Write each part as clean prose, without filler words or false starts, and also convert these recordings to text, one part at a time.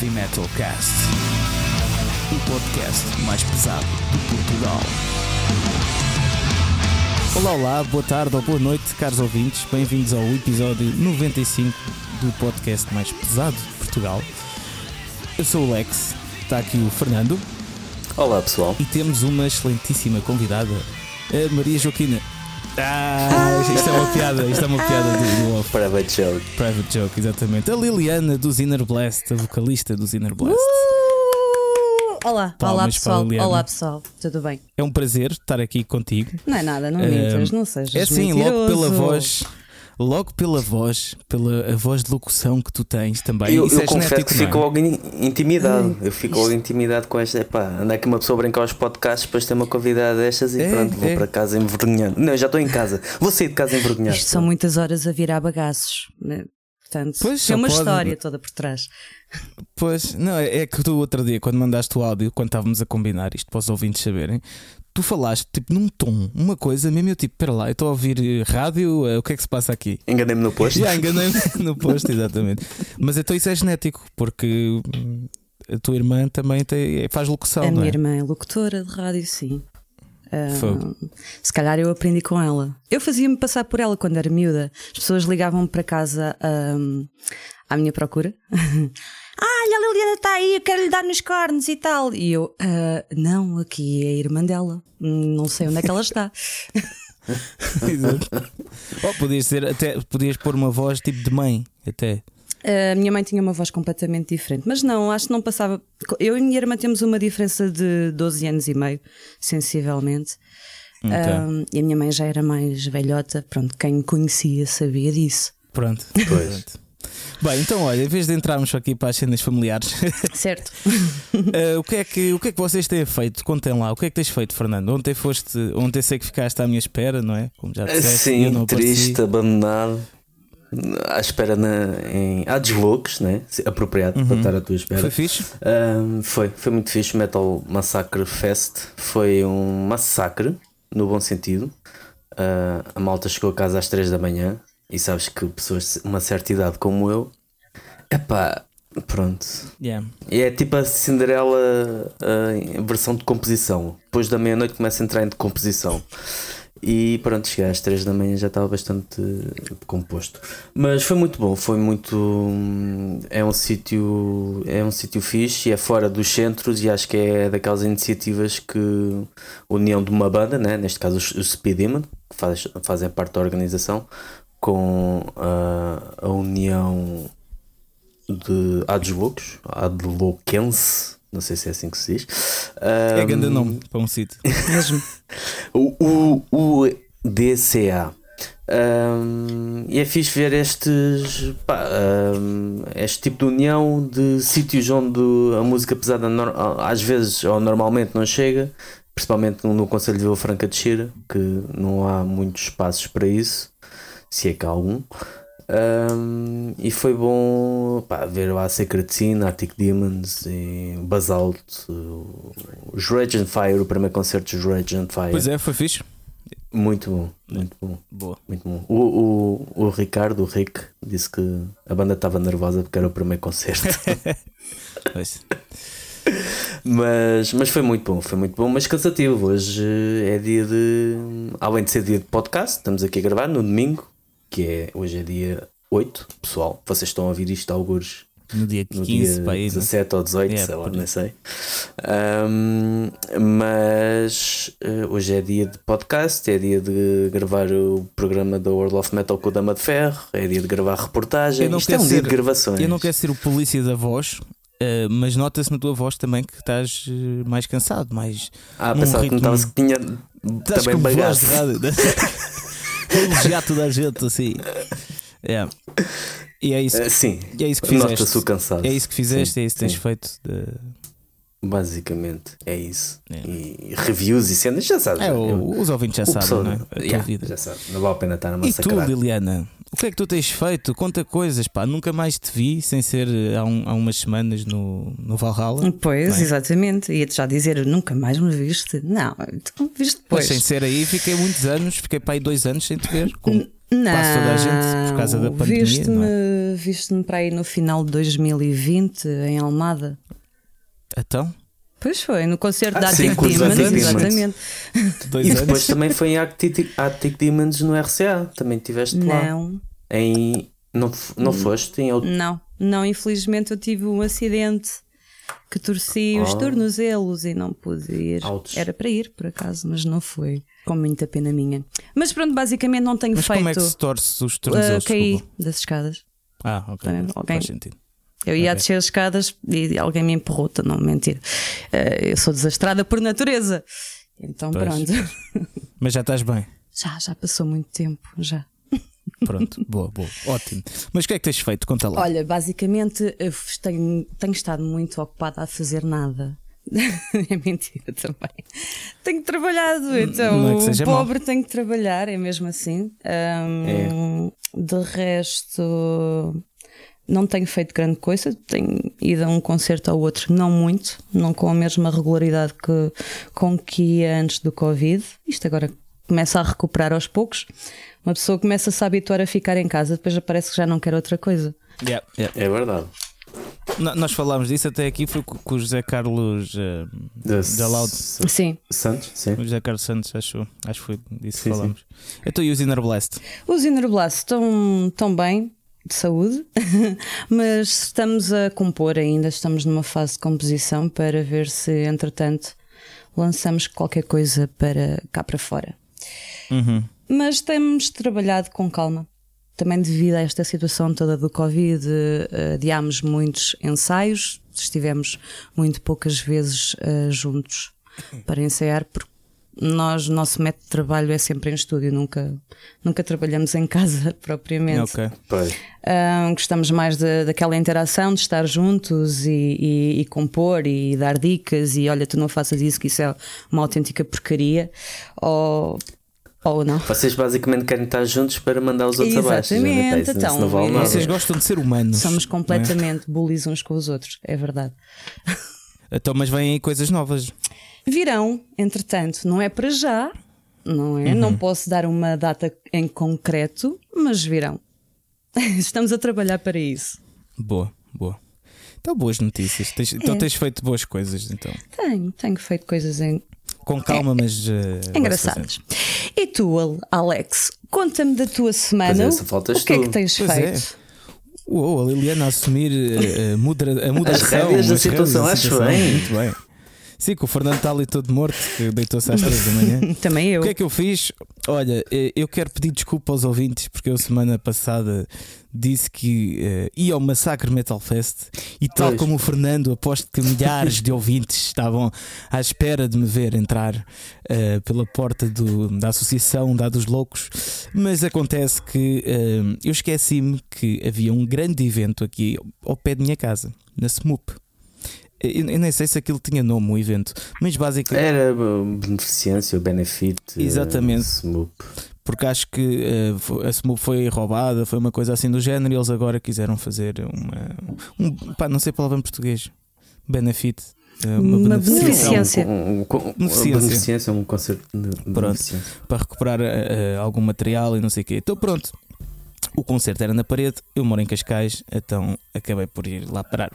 Heavy Metal Cast, o podcast mais pesado de Portugal. Olá, boa tarde ou boa noite, caros ouvintes. Bem-vindos ao episódio 95 do podcast mais pesado de Portugal. Eu sou o Lex, está aqui o Fernando. Olá, pessoal. E temos uma excelentíssima convidada, a Maria Joaquina. Isto é uma piada do off. Private joke, exatamente. A Liliana dos Inner Blast, a vocalista dos Inner Blast. Olá pessoal, tudo bem? É um prazer estar aqui contigo. Não é nada, não mintas, não sejas é sim, mentiroso. logo pela voz de locução que tu tens também. Eu é confesso que fico logo intimidado. Ai, eu fico logo intimidado com esta. Anda aqui uma pessoa a brincar aos podcasts, depois tem uma convidada destas e pronto, vou para casa envergonhando. Não, já estou em casa, vou sair de casa envergonhado. Isto são muitas horas a virar bagaços, né? Portanto, pois, é uma história toda por trás. Pois, não, é que tu outro dia, quando mandaste o áudio, quando estávamos a combinar isto para os ouvintes saberem, tu falaste tipo num tom, uma coisa mesmo, eu tipo, espera lá, eu estou a ouvir rádio, o que é que se passa aqui? Enganei-me no posto. Enganei-me no posto, exatamente. Mas então isso é genético, porque a tua irmã também faz locução, A não é? minha irmã é locutora de rádio, sim. Se calhar eu aprendi com ela. Eu fazia-me passar por ela quando era miúda. As pessoas ligavam-me para casa à minha procura. Olha, a Liliana está aí, eu quero lhe dar nos cornos e tal. E eu, não, aqui é a irmã dela. Não sei onde é que ela está. Exato. Podias pôr uma voz tipo de mãe, até. A minha mãe tinha uma voz completamente diferente, mas não, acho que não passava. Eu e a minha irmã temos uma diferença de 12 anos e meio, sensivelmente. E a minha mãe já era mais velhota. Pronto, quem me conhecia sabia disso. Pronto. Bem, então olha, em vez de entrarmos aqui para as cenas familiares, certo? O que é que vocês têm feito? Contem lá, o que é que tens feito, Fernando? Ontem sei que ficaste à minha espera, não é? Como já disseste, sim, eu não triste, abandonado, à espera há deslocos, né? Apropriado para estar à tua espera. Foi fixe? Foi muito fixe. O Metal Massacre Fest foi um massacre, no bom sentido. A malta chegou a casa às 3 da manhã. E sabes que pessoas de uma certa idade como eu, pronto. Yeah. E é tipo a Cinderela em versão de composição. Depois da meia-noite começa a entrar em decomposição. E pronto, cheguei às 3 da manhã, já estava bastante decomposto. Mas foi muito bom, é um sítio fixe e é fora dos centros, e acho que é daquelas iniciativas que a união de uma banda, né? Neste caso os Speed Demon, que fazem parte da organização, com a união de Adloquense, não sei se é assim que se diz. É grande nome para um sítio. Mesmo. o DCA. E é fixe ver este tipo de união de sítios onde a música pesada às vezes ou normalmente não chega, principalmente no Concelho de Vila Franca de Xira, que não há muitos espaços para isso, se é que há algum. E foi bom ver o Sacred Sin, Arctic Demons e Basalt, os Raging Fire, o primeiro concerto dos Raging Fire. Pois é, foi fixe. Muito bom. Boa. Muito bom. O Ricardo, o Rick, disse que a banda estava nervosa porque era o primeiro concerto. Mas foi muito bom, mas cansativo. Hoje é dia além de ser dia de podcast, estamos aqui a gravar no domingo, hoje é dia 8, pessoal. Vocês estão a ouvir isto algures no dia 15, dia 17 ou 18, sei lá, não sei. Mas hoje é dia de podcast, é dia de gravar o programa da World of Metal com o Dama de Ferro, é dia de gravar reportagem. Isto é um dia de gravações. Eu não quero ser o polícia da voz, mas nota-se na tua voz também que estás mais cansado, mais. Pensava que notava-se que tinha também bagaço. Elogiar toda a gente assim. E é isso, sim, e é isso que fizeste. Nota-se o cansado. É isso que fizeste, sim, é isso que tens feito. Basicamente é isso. E reviews e cenas, já sabes. Os ouvintes já sabem, não é? A tua vida. Já sabes, não vale a pena estar a massacrar. E tu, Liliana, o que é que tu tens feito? Conta coisas, nunca mais te vi sem ser há umas semanas no Valhalla. Pois, exatamente. Ia-te já dizer, nunca mais me viste. Não, tu me viste depois. Mas sem ser aí, fiquei muitos anos, fiquei para aí 2 anos sem te ver. quase toda a gente por causa da pandemia. Viste-me para aí no final de 2020 em Almada. Então? Pois foi, no concerto da Arctic Demons, exatamente. E depois também foi em Arctic Demons no RCA, também estiveste lá. Não foste em outro? Não, infelizmente eu tive um acidente que torci os tornozelos e não pude ir. Era para ir, por acaso, mas não foi. Com muita pena minha. Mas pronto, basicamente não tenho feito. Como é que se torce os tornozelos? Caí das escadas. Ok. Faz sentido. Eu ia descer as escadas e alguém me empurrou, não mentira. Eu sou desastrada por natureza. Então pronto. Mas já estás bem? Já passou muito tempo, já. Pronto, boa, ótimo. Mas o que é que tens feito? Conta lá. Olha, basicamente eu tenho estado muito ocupada a fazer nada. É mentira também. Tenho trabalhado, então o pobre tem que trabalhar, é mesmo assim. De resto, não tenho feito grande coisa. Tenho ido a um concerto ao outro, não muito, não com a mesma regularidade com que ia antes do Covid. Isto agora começa a recuperar aos poucos. Uma pessoa começa a se habituar a ficar em casa, depois parece que já não quer outra coisa. É verdade. Nós falámos disso até aqui, foi com o José Carlos da Loud. Sim. Santos, sim. O José Carlos Santos, acho que foi disso que falámos. Então, e os Inner Blast? Os Inner Blast estão bem, de saúde, mas estamos a compor ainda, estamos numa fase de composição para ver se, entretanto, lançamos qualquer coisa para cá para fora. Mas temos trabalhado com calma. Também devido a esta situação toda do Covid, adiámos muitos ensaios, estivemos muito poucas vezes juntos para ensaiar, porque nosso método de trabalho é sempre em estúdio, nunca trabalhamos em casa propriamente. Gostamos mais daquela interação, de estar juntos e compor e dar dicas e olha, tu não faças isso, que isso é uma autêntica porcaria, ou não. Vocês basicamente querem estar juntos para mandar os outros abaixo. Exatamente, então, não vale nada. Vocês gostam de ser humanos. Somos completamente bullies uns com os outros, é verdade. Então, mas vêm aí coisas novas. Virão, entretanto, não é para já, não é? Não posso dar uma data em concreto, mas virão. Estamos a trabalhar para isso. Boa. Então, boas notícias. Tens feito boas coisas, então. Tenho feito coisas com calma, mas engraçadas. E tu, Alex, conta-me da tua semana. O que é que tens feito? A Liliana a assumir a moderação. As rédeas da situação, acho bem. Muito bem. Sim, que o Fernando está ali todo morto, que deitou-se às 3 da manhã. Também eu. O que é que eu fiz? Olha, eu quero pedir desculpa aos ouvintes, porque eu semana passada disse que ia ao Massacre Metal Fest e tal como o Fernando, aposto que milhares de ouvintes estavam à espera de me ver entrar pela porta da Associação da dos Loucos, mas acontece que eu esqueci-me que havia um grande evento aqui ao pé de minha casa, na SMUP. Eu nem sei se aquilo tinha nome, o evento, mas basicamente era beneficência ou benefit. Exatamente. SMUP. Porque acho que a SMUP foi roubada, foi uma coisa assim do género, e eles agora quiseram fazer não sei a palavra em português. Benefit. Uma beneficência. Beneficência, um concerto de beneficência. Para recuperar algum material e não sei o quê. Então pronto, o concerto era na Parede, eu moro em Cascais, então acabei por ir lá parar.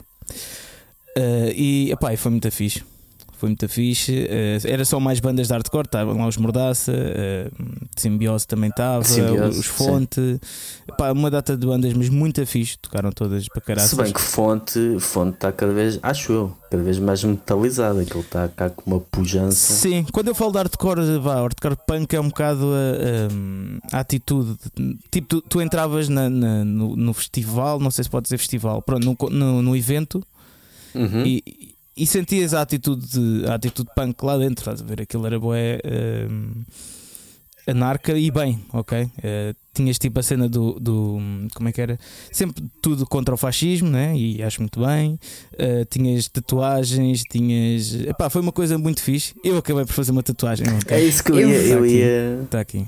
E foi muito fixe. Era só mais bandas de hardcore. Estavam lá os Mordaça, Simbiose também estava, os Fonte, uma data de bandas, mas muito fixe. Tocaram todas para caraças. Se bem que Fonte está cada vez, acho eu, cada vez mais metalizado. Aquilo está cá com uma pujança. Sim, quando eu falo de hardcore, hardcore punk é um bocado a atitude. Tipo, tu entravas no festival, não sei se pode dizer festival, pronto, no evento. E sentias a atitude punk lá dentro, estás a ver? Aquilo era bué anarca e bem, ok? Tinhas tipo a cena do como é que era? Sempre tudo contra o fascismo, né? E acho muito bem. Tinhas tatuagens, foi uma coisa muito fixe. Eu acabei por fazer uma tatuagem. Okay? É isso que eu ia. Está aqui.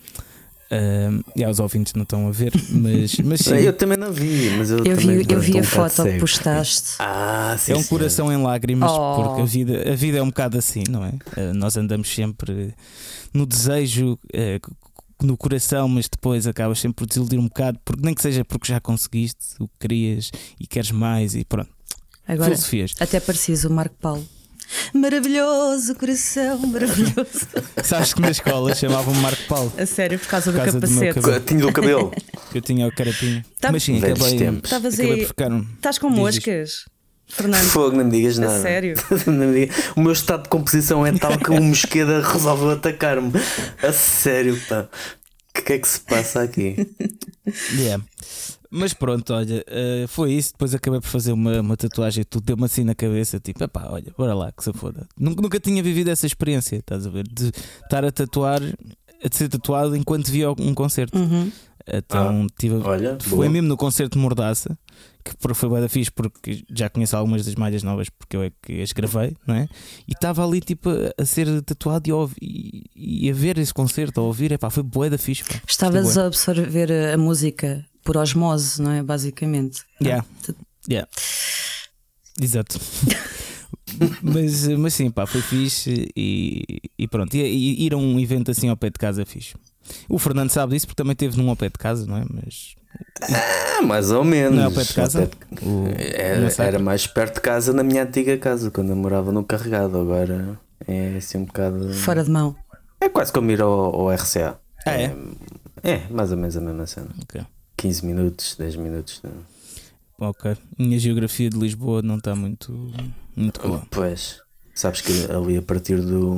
Os ouvintes não estão a ver, mas sim. Eu também não vi, mas eu vi a foto que postaste. Sim, é um coração em lágrimas, porque a vida é um bocado assim, não é? Nós andamos sempre no desejo, no coração, mas depois acabas sempre por desiludir um bocado, porque nem que seja porque já conseguiste o que querias e queres mais e pronto. Agora, filosofias. Até preciso o Marco Paulo. Maravilhoso coração, maravilhoso. Sabes que na escola chamavam-me Marco Paulo. A sério, por causa do capacete. Tinha do cabelo. Eu tinha o carapinho. Mas sim, acabei por ficar. Estás com moscas, Fernando? Fogo, não me digas nada. A sério? O meu estado de composição é tal que o Mosqueda resolveu atacar-me. A sério, pá. O que é que se passa aqui? Yeah. Mas pronto, olha, foi isso. Depois acabei por fazer uma tatuagem. Tudo deu-me assim na cabeça. Tipo, epá, olha, bora lá, que se foda. Nunca tinha vivido essa experiência, estás a ver? De estar a tatuar, a ser tatuado enquanto via um concerto. Então foi boa. Mesmo no concerto de Mordaça, que foi bué da fixe, porque já conheço algumas das malhas novas, porque eu é que as gravei, não é? E estava ali tipo a ser tatuado e a ver esse concerto, a ouvir, epá, foi bué da fixe. Pá. Estavas a absorver a música por osmose, não é? Basicamente. Yeah. Exato. mas sim, pá, foi fixe e pronto. E ir a um evento assim ao pé de casa é fixe. O Fernando sabe disso porque também esteve num ao pé de casa, não é? Mas mais ou menos. Não é ao pé de casa? Era mais perto de casa na minha antiga casa, quando eu morava no Carregado. Agora é assim um bocado fora de mão. É quase como ir ao RCA. É mais ou menos a mesma cena. Okay. 15 minutos, 10 minutos. Ok. Minha geografia de Lisboa não está muito boa. Pois, sabes que ali a partir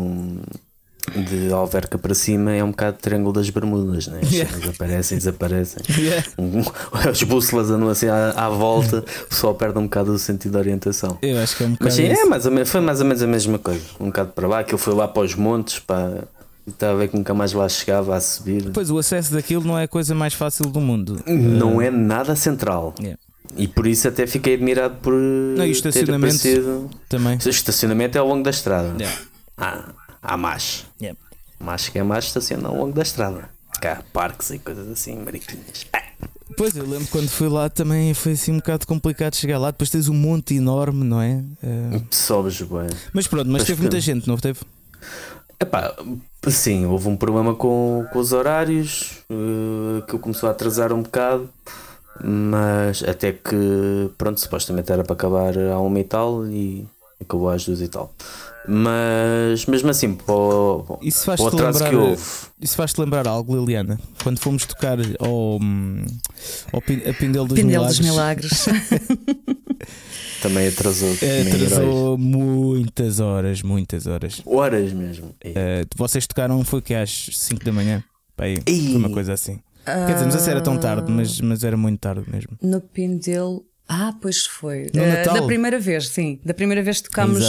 de Alverca para cima é um bocado de Triângulo das Bermudas, né? Aparecem, desaparecem. As bússolas andam assim à volta, o sol perde um bocado o sentido de orientação. Eu acho que é um bocado. Mas sim, foi mais ou menos a mesma coisa. Um bocado para lá, que eu fui lá para os montes, e estava a ver que nunca mais lá chegava a subir. Pois o acesso daquilo não é a coisa mais fácil do mundo. Não é nada central. E por isso até fiquei admirado por não, e o estacionamento ter aparecido. Também. O estacionamento é ao longo da estrada. Há mais. Mas que é mais estaciona ao longo da estrada. Cá, parques e coisas assim, mariquinhas. Pois, eu lembro quando fui lá também foi assim um bocado complicado chegar lá. Depois tens um monte enorme, não é? Sobes bem. Mas pronto, mas teve muita gente, não teve? Epá, sim, houve um problema com os horários, que começou a atrasar um bocado. Mas até que, pronto, supostamente era para acabar à 1 e tal e acabou às 2 e tal. Mas mesmo assim, para o atraso que houve. Isso faz-te lembrar algo, Liliana? Quando fomos tocar a Pindelo dos Milagres. Também atrasou muitas horas. Horas mesmo. Vocês tocaram, foi que às 5 da manhã? Foi uma coisa assim. Quer dizer, não sei se era tão tarde, mas era muito tarde mesmo. No Pindelo. Pois foi. Da primeira vez, sim. Da primeira vez que tocámos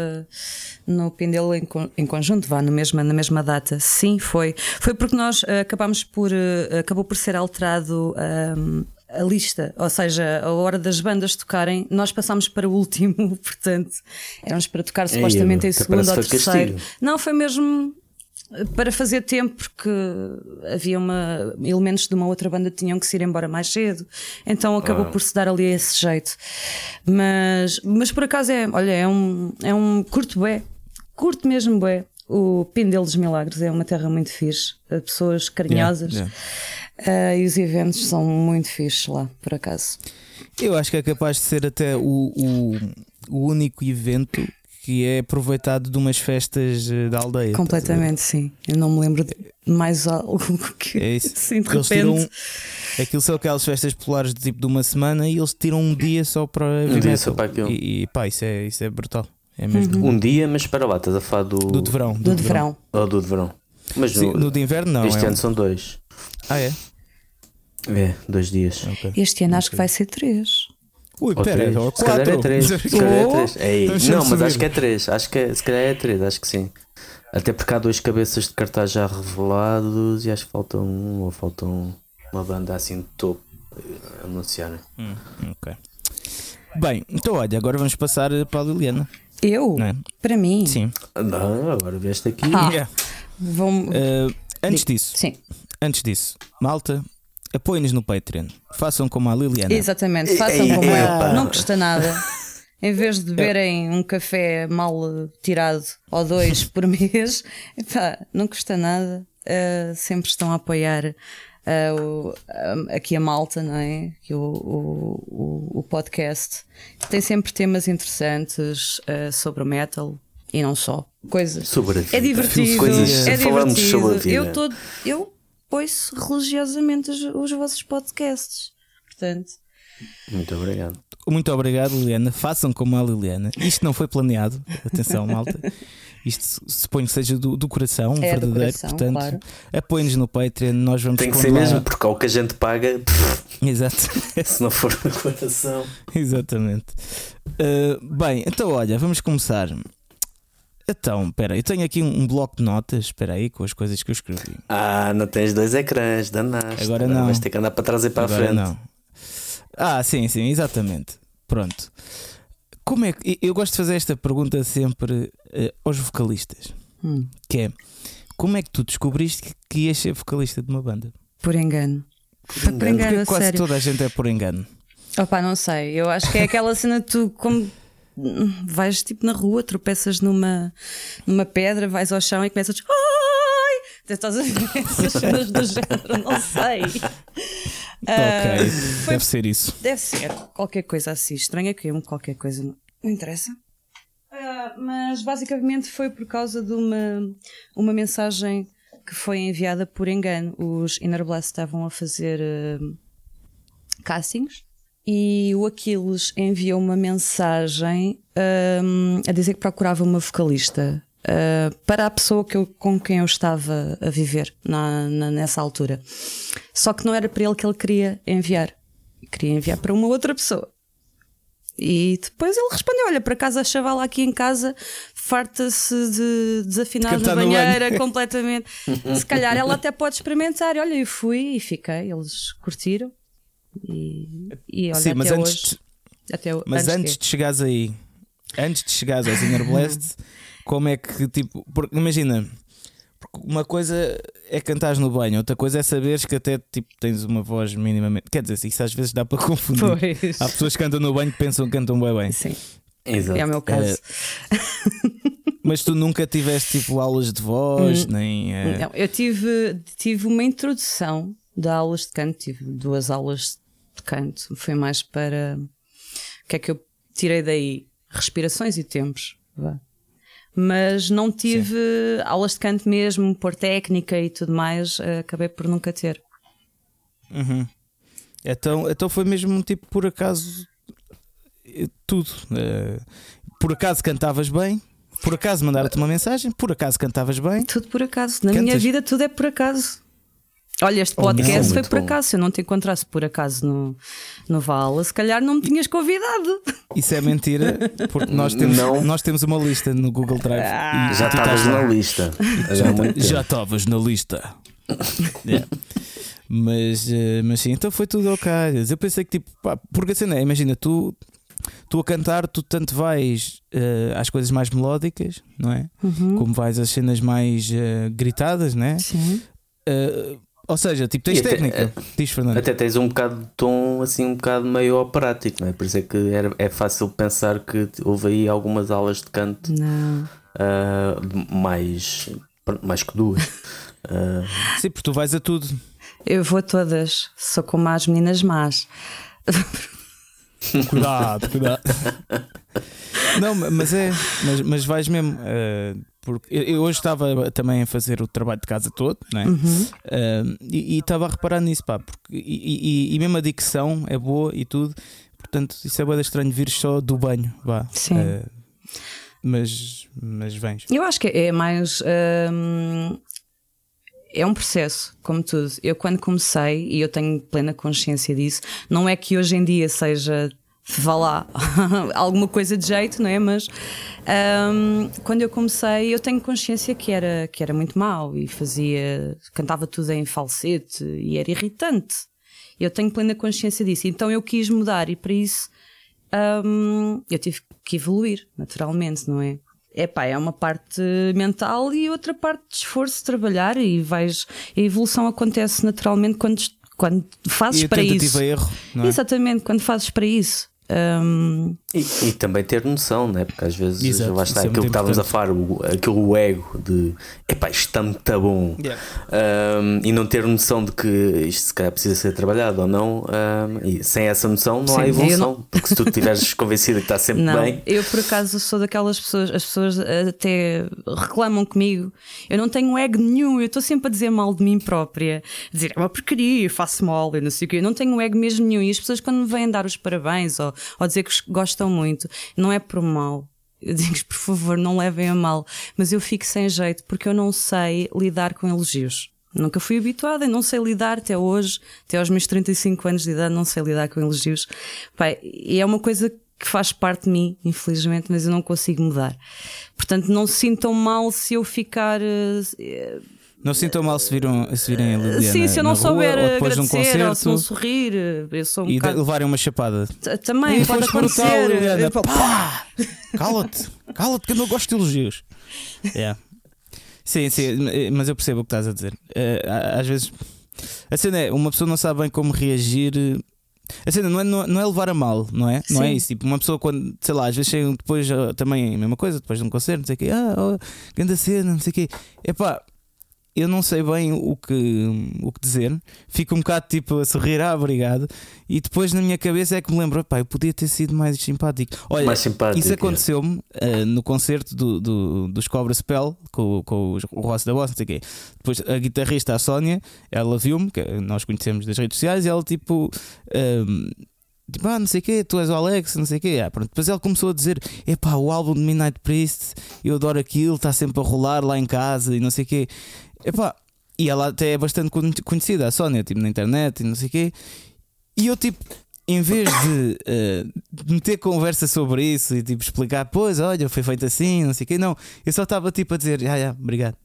no Pindelo em conjunto, na mesma data. Sim, foi. Foi porque nós acabou por ser alterado a lista, ou seja, a hora das bandas tocarem, nós passámos para o último, portanto, éramos para tocar supostamente em segundo ou terceiro. Não, foi mesmo para fazer tempo, porque havia elementos de uma outra banda que tinham que se ir embora mais cedo, então acabou por se dar ali esse jeito. Mas por acaso é um curto mesmo bué. O Pindelo dos Milagres é uma terra muito fixe, pessoas carinhosas. E os eventos são muito fixes lá, por acaso. Eu acho que é capaz de ser até o único evento que é aproveitado de umas festas da aldeia. Completamente, sim. Eu não me lembro de mais algo que assim, de repente. Aquilo são aquelas festas populares de tipo de uma semana e eles tiram um dia só para e pá, isso é brutal. É mesmo. Um dia, mas para lá, estás a falar do de verão. Do de verão. Do de verão. Mas sim, no de inverno não. Este ano são 2. É? É, 2 dias. Okay. Este ano acho que vai ser 3. Ui, pera, se calhar é 3. Não, mas acho que é 3. Acho que se calhar é 3, acho que sim. Até porque há 2 cabeças de cartaz já revelados e acho que falta ou faltam uma banda assim de topo a anunciarem. Ok. Bem, então olha, agora vamos passar para a Liliana. Eu? Não é? Para mim? Sim. Não, agora vieste aqui. Antes disso, malta, apoiem-nos no Patreon. Façam como a Liliana. Exatamente, façam como ela. Não custa nada. Em vez de beberem um café mal tirado ou 2 por mês, não custa nada. sempre estão a apoiar aqui a malta, não é? Aqui o podcast tem sempre temas interessantes sobre o metal e não só. Coisas. Sobre a vida. É divertido. Falamos sobre a vida. Eu ouço religiosamente os vossos podcasts. Portanto, muito obrigado. Muito obrigado, Liliana. Façam como a Liliana. Isto não foi planeado. Atenção, malta. Isto suponho que seja do coração, verdadeiro. Do coração, portanto, claro. Apoiem-nos no Patreon. Nós vamos tem que ser mesmo, porque ao que a gente paga. Exato. Se não for no coração. Exatamente. Bem, então olha, vamos começar. Então, espera, eu tenho aqui um bloco de notas. Espera aí, com as coisas que eu escrevi. Não tens 2 ecrãs, danaste. Agora não. Vais ter que andar para trás e para agora a frente. Não. Sim, exatamente. Pronto. Como é que eu gosto de fazer esta pergunta sempre aos vocalistas? Que é: como é que tu descobriste que ias ser vocalista de uma banda? Por engano. Foi por engano. Porque quase toda a gente é por engano. Opa, não sei. Eu acho que é aquela cena de tu, como vais tipo na rua, tropeças numa pedra, vais ao chão e começas a estás a ver essas cenas do género, não sei. Ok, deve ser isso. Deve ser qualquer coisa assim estranha, que qualquer coisa não interessa. Mas basicamente foi por causa de uma mensagem que foi enviada por engano. Os Inner Blast estavam a fazer castings e o Aquiles enviou uma mensagem a dizer que procurava uma vocalista para a pessoa com quem eu estava a viver nessa altura. Só que não era para ele que ele queria enviar. Queria enviar para uma outra pessoa. E depois ele respondeu: olha, por acaso a chavala aqui em casa farta-se de desafinar na banheira completamente. Se calhar ela até pode experimentar. Olha, eu fui e fiquei. Eles curtiram. E olha, sim, mas até hoje, mas antes de chegares aí, antes de chegares aos Inner Blast, como é que, tipo, porque, imagina, uma coisa é cantares no banho, outra coisa é saberes que até tipo, tens uma voz minimamente. Quer dizer, isso às vezes dá para confundir. Pois. Há pessoas que cantam no banho que pensam que cantam bem. Sim, exato. É o meu caso. Mas tu nunca tiveste tipo aulas de voz, nem. Não, eu tive uma introdução de aulas de canto, tive 2 aulas de canto. Foi mais para. O que é que eu tirei daí? Respirações e tempos. Vá. Mas não tive aulas de canto mesmo, por técnica e tudo mais, acabei por nunca ter. Então foi mesmo tipo por acaso tudo. Por acaso cantavas bem, por acaso mandaram-te uma mensagem, por acaso cantavas bem. Tudo por acaso. Na minha vida tudo é por acaso. Olha, este podcast foi por acaso. Se eu não te encontrasse por acaso no Vala, se calhar não me tinhas convidado. Isso é mentira, porque nós temos uma lista no Google Drive. Já estavas na lista. Já estavas na lista. Yeah. Mas sim, então foi tudo ok. Eu pensei que tipo, porque assim, né, imagina, tu a cantar, tu tanto vais às coisas mais melódicas, não é? Como vais às cenas mais gritadas, né? Sim. Ou seja, tipo, tens técnica. Diz, Fernando. Até tens um bocado de tom assim, um bocado meio operático, não é? Por isso é que é fácil pensar que houve aí algumas aulas de canto. Não. Mais que 2. Sim, porque tu vais a tudo. Eu vou a todas, sou como as meninas más. Cuidado. Não, mas vais mesmo. Porque eu hoje estava também a fazer o trabalho de casa todo, não é? E estava a reparar nisso, pá, porque, e mesmo a dicção é boa e tudo, portanto, isso é bué estranho vir só do banho, vá. Sim. Mas vens. Eu acho que é mais. É um processo, como tudo. Eu, quando comecei, e eu tenho plena consciência disso, não é que hoje em dia seja, vá lá, alguma coisa de jeito, não é? Mas quando eu comecei, eu tenho consciência que era muito mau e cantava tudo em falsete e era irritante. Eu tenho plena consciência disso. Então eu quis mudar e para isso eu tive que evoluir, naturalmente, não é? É uma parte mental e outra parte de esforço de trabalhar e a evolução acontece naturalmente quando fazes para isso. Erro, não é? Exatamente, quando fazes para isso. E também ter noção, né? Porque às vezes lá está aquilo que estávamos a falar, aquele ego de epá, isto está muito bom, e não ter noção de que isto se calhar precisa ser trabalhado ou não, e sem essa noção não há evolução, porque se tu estiveres convencido que está sempre bem. Eu por acaso sou daquelas pessoas, as pessoas até reclamam comigo, eu não tenho ego nenhum, eu estou sempre a dizer mal de mim própria, a dizer é uma porcaria, eu faço mal, eu não sei o quê, eu não tenho ego mesmo nenhum, e as pessoas quando me vêm dar os parabéns ou dizer que gostam muito, não é por mal, eu digo por favor não levem a mal, mas eu fico sem jeito porque eu não sei lidar com elogios, nunca fui habituada e não sei lidar até hoje, até aos meus 35 anos de idade não sei lidar com elogios. Pai, e é uma coisa que faz parte de mim, infelizmente, mas eu não consigo mudar, portanto não se sintam mal se eu ficar... Não se sintam mal se virem a Liliana. Sim, se eu não souber rua, ou depois de um concerto, ou se não sorrir, eu sou e levarem uma chapada. Também pode acontecer. Liliana, pá! Cala-te que eu não gosto de elogios. Sim, mas eu percebo o que estás a dizer. Às vezes a cena é, uma pessoa não sabe bem como reagir. A cena não é levar a mal, não é? Sim. Não é isso. Tipo, uma pessoa quando, sei lá, às vezes chegam depois também a mesma coisa, depois de um concerto, não sei o quê, grande cena, não sei o quê. Epá, eu não sei bem o que dizer, fico um bocado tipo a sorrir, obrigado, e depois na minha cabeça é que me lembro, pá, eu podia ter sido mais simpático. Olha, mais simpático, isso aconteceu-me no concerto dos Cobra Spell com o Ross da Boss, não sei o quê. Depois a guitarrista, a Sónia, ela viu-me, que nós conhecemos das redes sociais, e ela tipo. Não sei o quê, tu és o Alex, não sei o quê. Pronto. Depois ela começou a dizer: epá, o álbum de Midnight Priest, eu adoro aquilo, está sempre a rolar lá em casa e não sei o quê. Epá, e ela até é bastante conhecida, a Sónia, tipo, na internet e não sei o quê. E eu, tipo, em vez de meter conversa sobre isso e tipo explicar, pois, olha, foi feito assim, não sei o quê, não, eu só estava tipo a dizer: obrigado.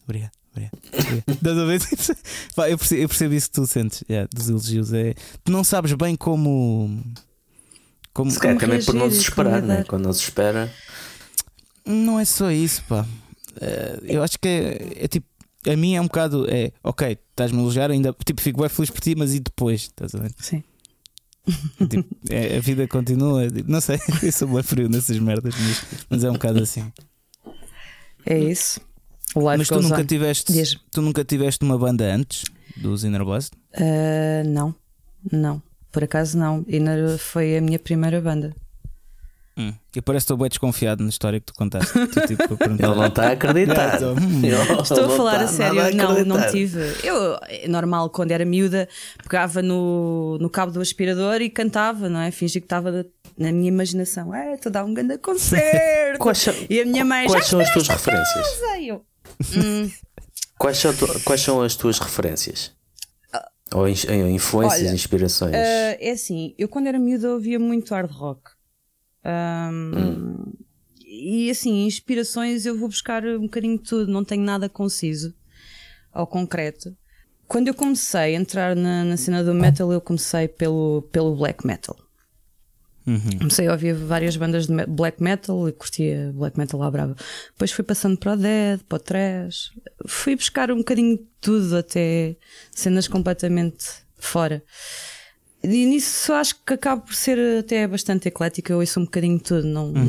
Eu percebo isso que tu sentes dos elogios. Tu não sabes bem como se calhar também por não desesperar, né? Quando não se espera. Não é só isso, pá. Eu acho que é tipo, a mim é um bocado, ok, estás-me a elogiar, ainda tipo, fico bem feliz por ti, mas e depois? Estás a ver? Sim. Tipo, a vida continua, tipo, não sei, eu sou bem frio nessas merdas, mas é um bocado assim. É isso. Mas tu nunca tiveste uma banda antes dos Inner Blast? Não, por acaso não. Inner foi a minha primeira banda. E parece que estou bem desconfiado na história que tu contaste. Tipo, ele não está a acreditar. Estou a falar a sério. Não tive. Eu, normal, quando era miúda, pegava no cabo do aspirador e cantava, não é? Fingi que estava na minha imaginação. Estou a dar um grande concerto. E a minha mãe quais são as tuas referências? Quais são as tuas referências? Ou influências, olha, inspirações? É assim, eu quando era miúda ouvia muito hard rock. E assim, inspirações eu vou buscar um bocadinho de tudo, não tenho nada conciso ou concreto. Quando eu comecei a entrar na cena do metal, eu comecei pelo black metal. Comecei a ouvir várias bandas de black metal e curtia black metal à brava. Depois fui passando para o death, para o thrash, fui buscar um bocadinho de tudo, até cenas completamente fora. E nisso acho que acabo por ser até bastante eclética. Eu ouço um bocadinho de tudo.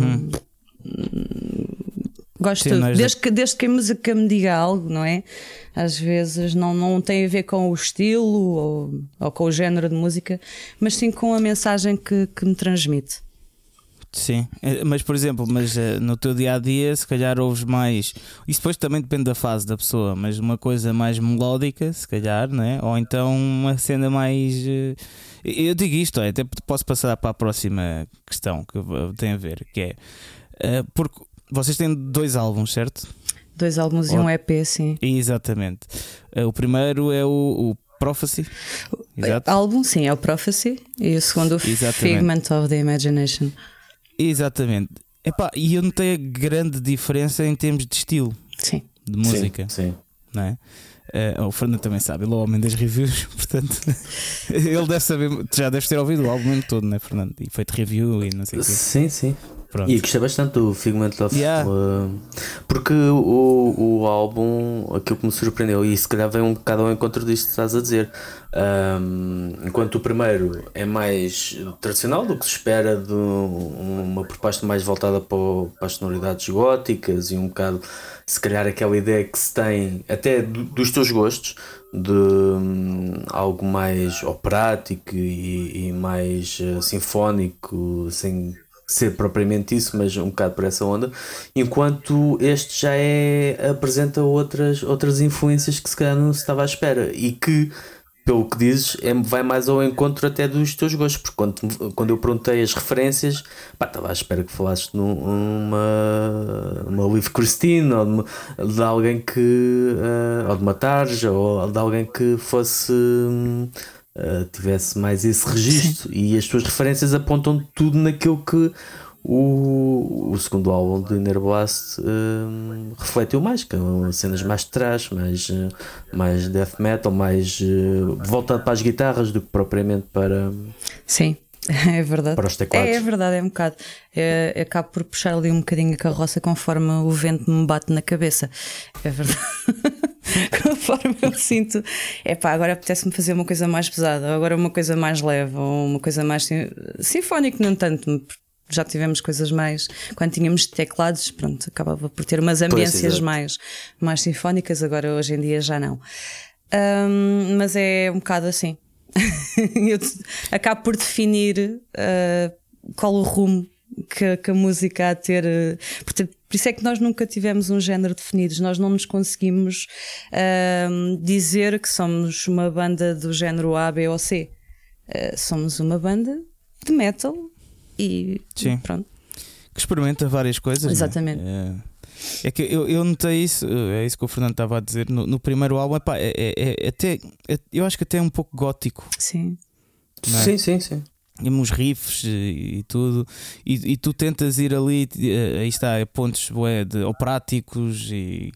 Gosto de tudo. Desde que a música me diga algo, não é? Às vezes não tem a ver com o estilo ou com o género de música, mas sim com a mensagem que me transmite. Sim, mas por exemplo, no teu dia a dia, se calhar ouves mais. Isso depois também depende da fase da pessoa, mas uma coisa mais melódica, se calhar, não é? Ou então uma cena mais. Eu digo isto, até posso passar para a próxima questão que tem a ver, que é porque vocês têm 2 álbuns, certo? 2 álbuns e um EP, sim. Exatamente. O primeiro é o Prophecy. Exato. O álbum, sim, é o Prophecy. E o segundo, o Figment of the Imagination. Exatamente. E eu notei a grande diferença em termos de estilo. Sim. De música. Sim. Não é? O Fernando também sabe, ele é o homem das reviews, portanto ele deve saber, já deves ter ouvido o álbum todo, não é, Fernando? E feito review e não sei o quê. Sim. Pronto. E gostei bastante do Figment of porque o álbum, aquilo que me surpreendeu, e se calhar vem um bocado ao encontro disto que estás a dizer, enquanto o primeiro é mais tradicional do que se espera, de uma proposta mais voltada para as sonoridades góticas e um bocado, se calhar, aquela ideia que se tem até dos teus gostos de algo mais operático e mais sinfónico, sem ser propriamente isso, mas um bocado por essa onda, enquanto este já apresenta outras influências que se calhar não se estava à espera e que, pelo que dizes, vai mais ao encontro até dos teus gostos, porque quando eu perguntei as referências, estava à espera que falasses numa Liv Christine ou de alguém que ou de uma Tarja ou de alguém que fosse tivesse mais esse registro. E as tuas referências apontam tudo naquilo que o segundo álbum do Inner Blast refletiu mais, que são cenas mais de trás, mais death metal, mais voltado para as guitarras do que propriamente para... Sim, é verdade. Para os teclados. É verdade, é um bocado. Acabo por puxar ali um bocadinho a carroça conforme o vento me bate na cabeça. É verdade. Conforme eu sinto, agora apetece-me fazer uma coisa mais pesada, agora uma coisa mais leve, ou uma coisa mais sinfónica, não tanto. Já tivemos coisas mais. Quando tínhamos teclados, pronto, acabava por ter umas ambiências mais sinfónicas, agora hoje em dia já não. Mas é um bocado assim. Eu acabo por definir qual o rumo que a música há a ter. Por isso é que nós nunca tivemos um género definido. Nós não nos conseguimos dizer que somos uma banda do género A, B ou C. Somos uma banda de metal e pronto. Que experimenta várias coisas. Exatamente. É que eu notei isso, é isso que o Fernando estava a dizer no primeiro álbum. Eu acho que até é um pouco gótico. Sim. É? Sim. E uns riffs e tudo, e tu tentas ir ali, aí está, pontos operáticos,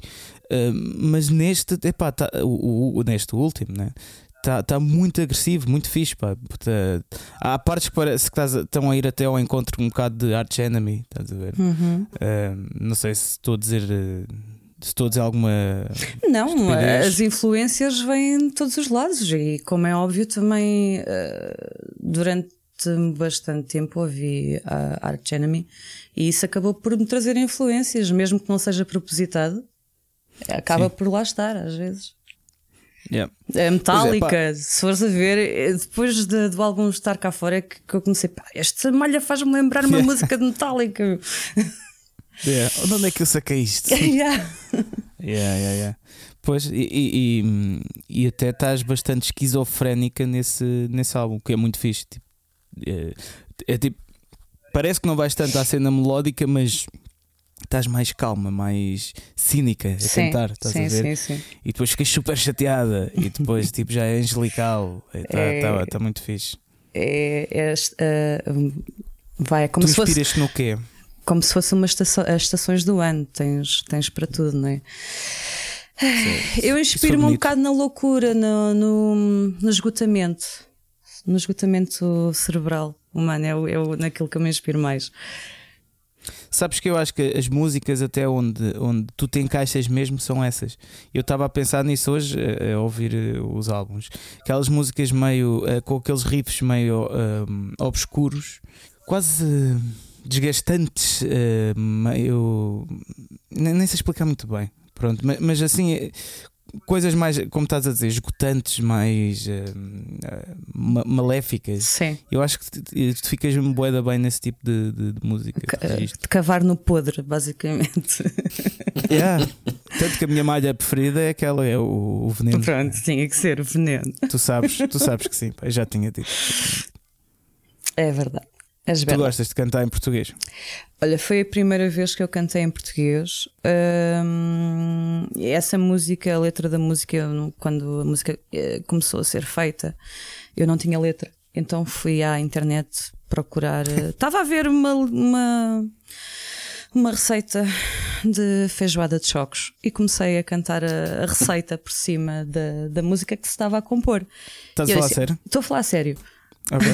mas neste, neste último, né? Está muito agressivo, muito fixe, pá. Há partes que parece que estão a ir até ao encontro um bocado de Arch Enemy, estás a ver? Não sei se estou a dizer alguma. Não, estupidez. as influências vêm de todos os lados, e como é óbvio, também durante bastante tempo ouvi a Arch Enemy e isso acabou por me trazer influências, mesmo que não seja propositado, acaba por lá estar às vezes. A Metallica, se fores a ver, depois do álbum estar cá fora, que eu comecei, esta malha faz-me lembrar uma música de Metallica. Onde é que eu saquei isto? Pois, e até estás bastante esquizofrénica nesse álbum, que é muito fixe. Tipo, parece que não vais tanto à cena melódica, mas estás mais calma, mais cínica a cantar, estás a ver? Sim. E depois ficas super chateada e depois tipo, já é angelical. Está muito fixe. Vai, como tu se fosse, inspiras-te no quê? Como se fosse as estações do ano, tens para tudo, não é? Eu inspiro-me um bocado na loucura, no esgotamento. No esgotamento cerebral humano, é naquilo que eu me inspiro mais. Sabes que eu acho que as músicas até onde tu te encaixas mesmo são essas. Eu estava a pensar nisso hoje, a ouvir os álbuns. Aquelas músicas meio com aqueles riffs meio obscuros, quase desgastantes, meio. Nem sei explicar muito bem. Pronto, mas assim. Coisas mais, como estás a dizer, esgotantes, mais maléficas. Sim. Eu acho que tu ficas bué bem nesse tipo de música. De cavar no podre, basicamente. Tanto que a minha malha preferida é aquela, é o veneno. Pronto, tinha que ser o veneno. Tu sabes que sim, eu já tinha dito. É verdade. Tu gostas de cantar em português? Olha, foi a primeira vez que eu cantei em português. Essa música, a letra da música, quando a música começou a ser feita, eu não tinha letra. Então fui à internet procurar. Estava a ver uma receita de feijoada de chocos e comecei a cantar a receita por cima da música que se estava a compor. Estás a falar sério? Estou a falar sério. Ok.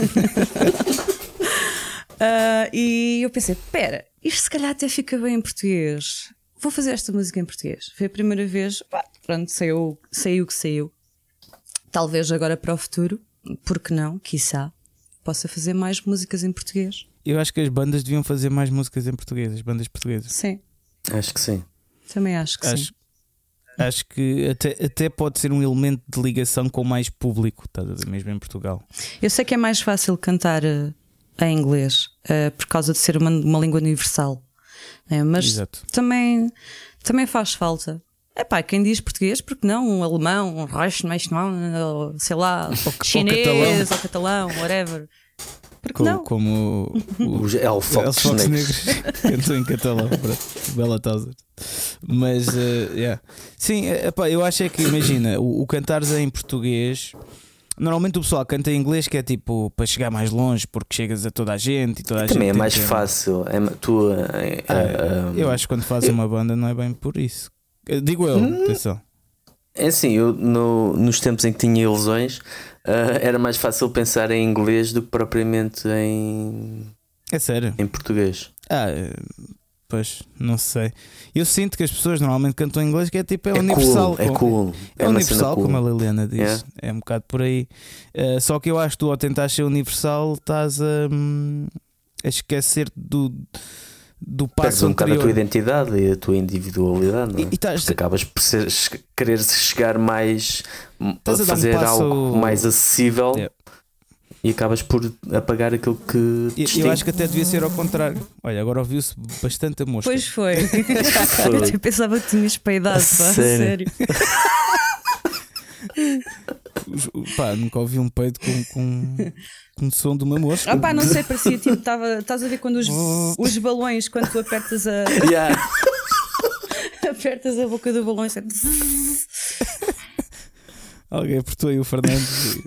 E eu pensei, espera, isto se calhar até fica bem em português. Vou fazer esta música em português. Foi a primeira vez, pronto, saiu o que saiu. Talvez agora para o futuro, porque não, quiçá, possa fazer mais músicas em português. Eu acho que as bandas deviam fazer mais músicas em português, as bandas portuguesas. Sim. Acho que sim. Também acho que sim. Acho que até pode ser um elemento de ligação com mais público, estás a ver, mesmo em Portugal. Eu sei que é mais fácil cantar em inglês por causa de ser uma língua universal, né? Mas exato. também faz falta. Quem diz português, porque não? Um alemão, um russo, ou sei lá, chinês ou catalão, whatever. Porque não? Como os Elfox Negros cantam em catalão, Bela Tauser. Mas, sim, eu acho que, imagina, o cantares em português. Normalmente o pessoal canta em inglês, que é tipo para chegar mais longe, porque chegas a toda a gente e toda a gente. Também é mais fácil. Eu acho que quando fazes uma banda não é bem por isso. Digo eu, atenção. É assim, eu nos tempos em que tinha ilusões, era mais fácil pensar em inglês do que propriamente em. É sério? Em português. Pois, não sei. Eu sinto que as pessoas normalmente cantam em inglês, que é tipo, universal. Cool, é cool. É universal, cool, como a Liliana diz. Yeah. É um bocado por aí. Só que eu acho que tu, ao tentar ser universal, estás a esquecer do passo um anterior. bocado a tua identidade e a tua individualidade, não é? E acabas por querer chegar mais a fazer algo mais acessível. Yeah. E acabas por apagar aquilo que distingue. Eu acho que até devia ser ao contrário. Olha, agora ouviu-se bastante a mosca. Pois foi. Eu pensava que tinhas peidado, sério. Nunca ouvi um peido com som de uma mosca. Não sei, parecia tipo, estás a ver quando os balões, quando tu apertas apertas a boca do balão e sai. Alguém apertou aí o Fernando.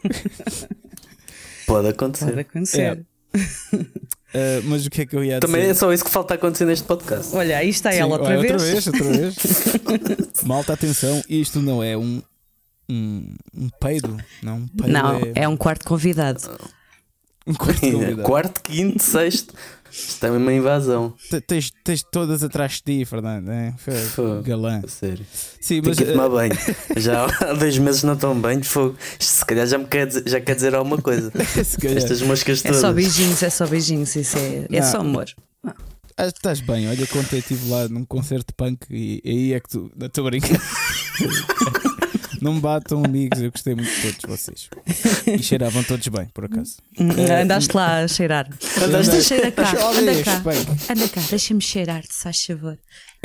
Pode acontecer. Mas o que é que eu ia dizer? Também é só isso que falta acontecer neste podcast. Olha, aí está ela outra vez. Outra vez. Malta, atenção, isto não é um peido. Não, é um quarto convidado. Um quarto convidado. Quarto, quinto, sexto. Isto é uma invasão. Tens todas atrás de ti, Fernando. Galã. Sério. Sim, mas que tomar banho. Já há 2 meses não tomo banho. Fogo. Isto se calhar já quer dizer alguma coisa. Estas moscas todas. É só beijinhos. Isso é só amor. Estás bem. Olha, quando eu estive lá num concerto de punk e aí é que tu. Não estou brincando. Não me batam, amigos, eu gostei muito de todos vocês. E cheiravam todos bem, por acaso. Andaste lá a cheirar. Andaste a cheirar cá. Anda cá, deixa-me cheirar-te, se faz favor.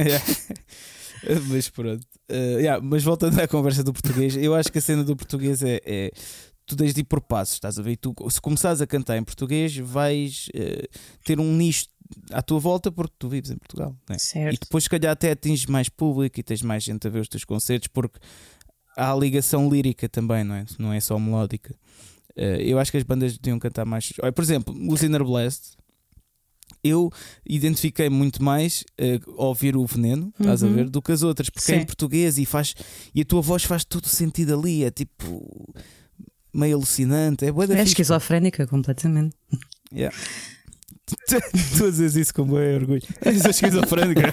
Mas pronto. Mas voltando à conversa do português, eu acho que a cena do português é tu tens de ir por passos, estás a ver? Tu, se começares a cantar em português, vais ter um nicho à tua volta porque tu vives em Portugal, né? Certo. E depois, se calhar, até atinges mais público e tens mais gente a ver os teus concertos, porque há a ligação lírica também, não é? Não é só melódica. Eu acho que as bandas deviam cantar mais. Por exemplo, os Inner Blast, eu identifiquei muito mais ao ouvir o Veneno, estás a ver, do que as outras, porque é em português e a tua voz faz todo o sentido ali, é tipo meio alucinante, é bué da fixe. Esquizofrénica completamente. Yeah. Tu a dizer isso com bem orgulho. És esquizofrénica.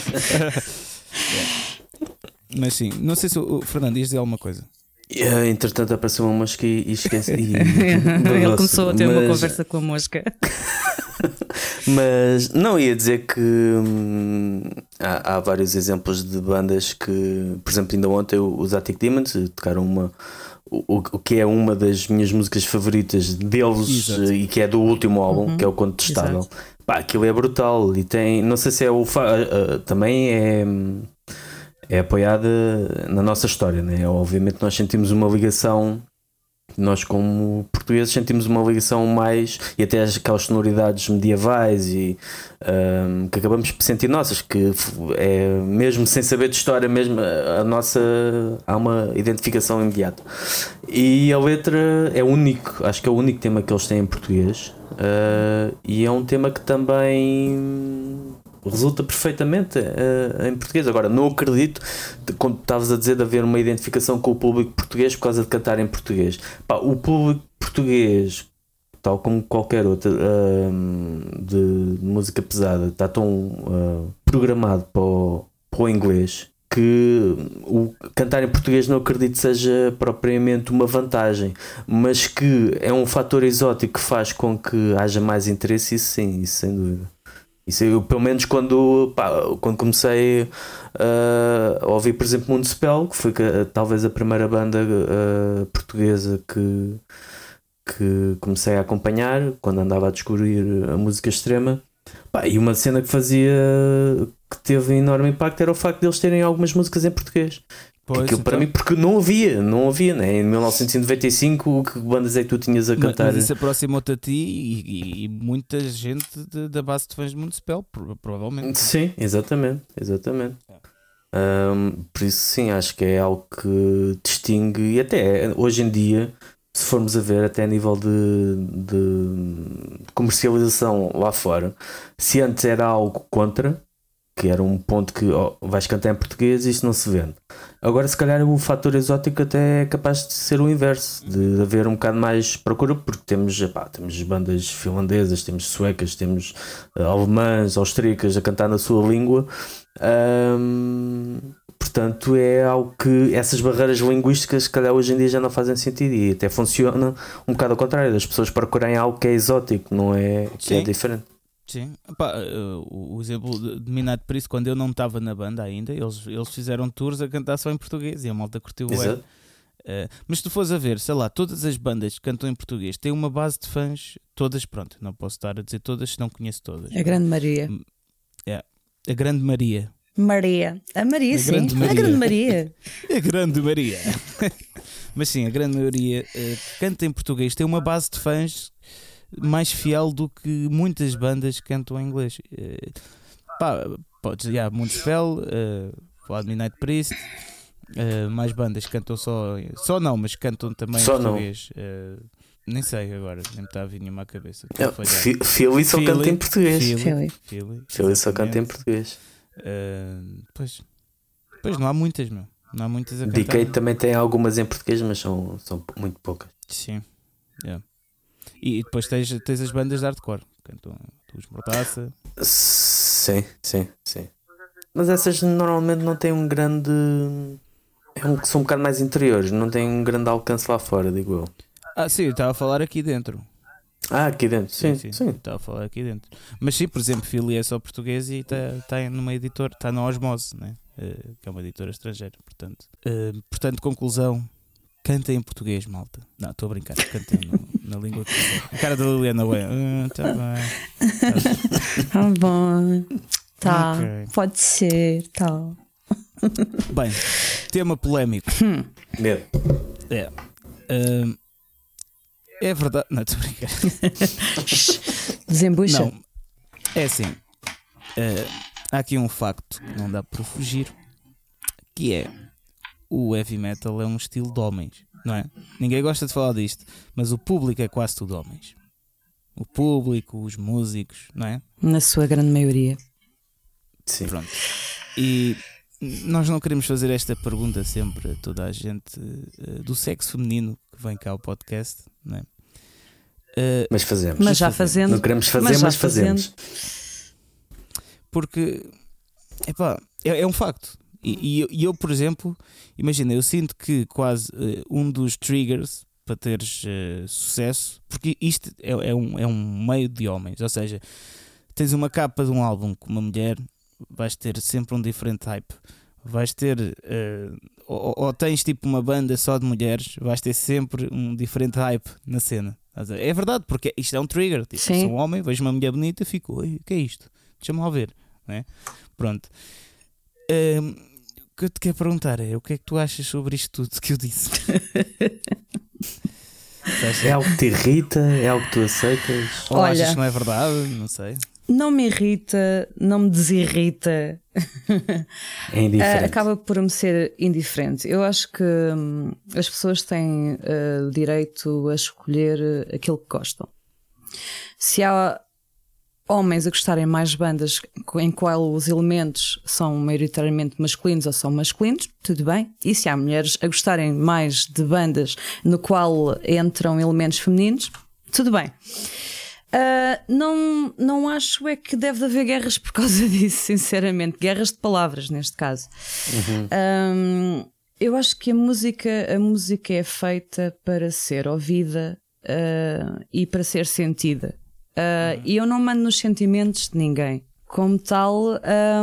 Mas sim, não sei se o Fernando ia dizer alguma coisa. Entretanto apareceu uma mosca e esqueci. Ele começou a ter uma conversa com a mosca. Mas não, ia dizer que há vários exemplos de bandas que, por exemplo, ainda ontem os Attic Demons tocaram o que é uma das minhas músicas favoritas deles. Exato. E que é do último álbum, que é o Contestável. Aquilo é brutal e tem, não sei se é também é apoiada na nossa história, né? Obviamente nós sentimos uma ligação, nós como portugueses sentimos uma ligação mais, e até aquelas sonoridades medievais e que acabamos por sentir nossas, que é mesmo sem saber de história mesmo, há uma identificação imediata. E a letra é único, acho que é o único tema que eles têm em português, e é um tema que também resulta perfeitamente em português. Agora, não acredito, quando estavas a dizer de haver uma identificação com o público português por causa de cantar em português. O público português, tal como qualquer outro de música pesada, está tão programado para o inglês que o cantar em português não acredito seja propriamente uma vantagem, mas que é um fator exótico que faz com que haja mais interesse, isso sim, isso sem dúvida. Isso eu, pelo menos quando comecei a ouvir, por exemplo, Municipal, que foi talvez a primeira banda portuguesa que comecei a acompanhar quando andava a descobrir a música extrema. E uma cena que teve enorme impacto era o facto de eles terem algumas músicas em português. Pois, aquilo para mim, porque não havia, né? Em 1995, que bandas é que tu tinhas a cantar? Mas isso aproximou-te a ti e muita gente da base de fãs de Municipal, provavelmente. Sim, exatamente. Por isso, sim, acho que é algo que distingue, e até hoje em dia, se formos a ver, até a nível de comercialização lá fora, se antes era algo contra, que era um ponto que vais cantar em português e isto não se vende. Agora, se calhar, o fator exótico até é capaz de ser o inverso, de haver um bocado mais procura, porque temos bandas finlandesas, temos suecas, temos alemãs, austríacas a cantar na sua língua. Portanto, é algo que essas barreiras linguísticas, se calhar, hoje em dia já não fazem sentido, e até funciona um bocado ao contrário, das pessoas procurarem algo que é exótico, não é, que é diferente. Sim, o exemplo de Midnight Priest, quando eu não estava na banda ainda, eles fizeram tours a cantar só em português e a malta curtiu o mas se tu fores a ver, sei lá, todas as bandas que cantam em português têm uma base de fãs, todas, pronto, não posso estar a dizer todas se não conheço todas. A Grande Maria. A Grande Maria. A Maria, sim. A Grande Maria. A Grande Maria. Mas sim, a Grande Maria que canta em português tem uma base de fãs mais fiel do que muitas bandas que cantam em inglês. Podes ir Municipal, falar de Midnight Priest, mais bandas que cantam só não, mas cantam também só em português. Nem sei agora, nem me está a vir nenhuma à cabeça. Philly só canta em português. Philly só canta em português. Pois não há muitas, meu. Não há muitas a cantar. Decade também tem algumas em português, mas são muito poucas. Sim, E depois tens as bandas de hardcore, cantam os Mortaça. Sim. Mas essas normalmente não têm um grande. São um bocado mais interiores, não têm um grande alcance lá fora, digo eu. Sim, eu estava a falar aqui dentro. Aqui dentro, sim. Estava a falar aqui dentro. Mas sim, por exemplo, Philly é só português e está numa editora, está na Osmose, né? Que é uma editora estrangeira. Portanto, conclusão. Cantem em português, malta. Não, estou a brincar. Cantem na língua que quiser. A cara da Liliana Está bem. Tá bom. Tá. Okay. Pode ser. Tá. Bem, tema polémico. É verdade. Não, estou a brincar. Desembucha. Não. É assim. Há aqui um facto que não dá para fugir, que é: o heavy metal é um estilo de homens, não é? Ninguém gosta de falar disto, mas o público é quase tudo homens. O público, os músicos, não é? Na sua grande maioria. Sim. Pronto. E nós não queremos fazer esta pergunta sempre a toda a gente do sexo feminino que vem cá ao podcast, não é? Mas fazemos. Mas já fazendo. Não queremos fazer, mas fazemos. Porque é um facto. E eu, por exemplo, imagina, eu sinto que quase um dos triggers para teres sucesso, porque isto é um meio de homens, ou seja, tens uma capa de um álbum com uma mulher, vais ter sempre um diferente hype. Vais ter ou tens tipo uma banda só de mulheres, vais ter sempre um diferente hype na cena. É verdade, porque isto é um trigger. Tipo, sou um homem, vejo uma mulher bonita, fico, o que é isto? Deixa-me lá ver, não é? Pronto. O que eu te quero perguntar é: o que é que tu achas sobre isto tudo que eu disse? É algo que te irrita? É algo que tu aceitas? Ou achas que não é verdade? Não sei. Não me irrita, não me desirrita. É indiferente. Acaba por me ser indiferente. Eu acho que as pessoas têm o direito a escolher aquilo que gostam. Se há homens a gostarem mais de bandas em qual os elementos são maioritariamente masculinos ou são masculinos, tudo bem. E se há mulheres a gostarem mais de bandas no qual entram elementos femininos, tudo bem. Não acho é que deve haver guerras por causa disso, sinceramente. Guerras de palavras, neste caso. Eu acho que a música é feita para ser ouvida e para ser sentida. E eu não mando nos sentimentos de ninguém. Como tal,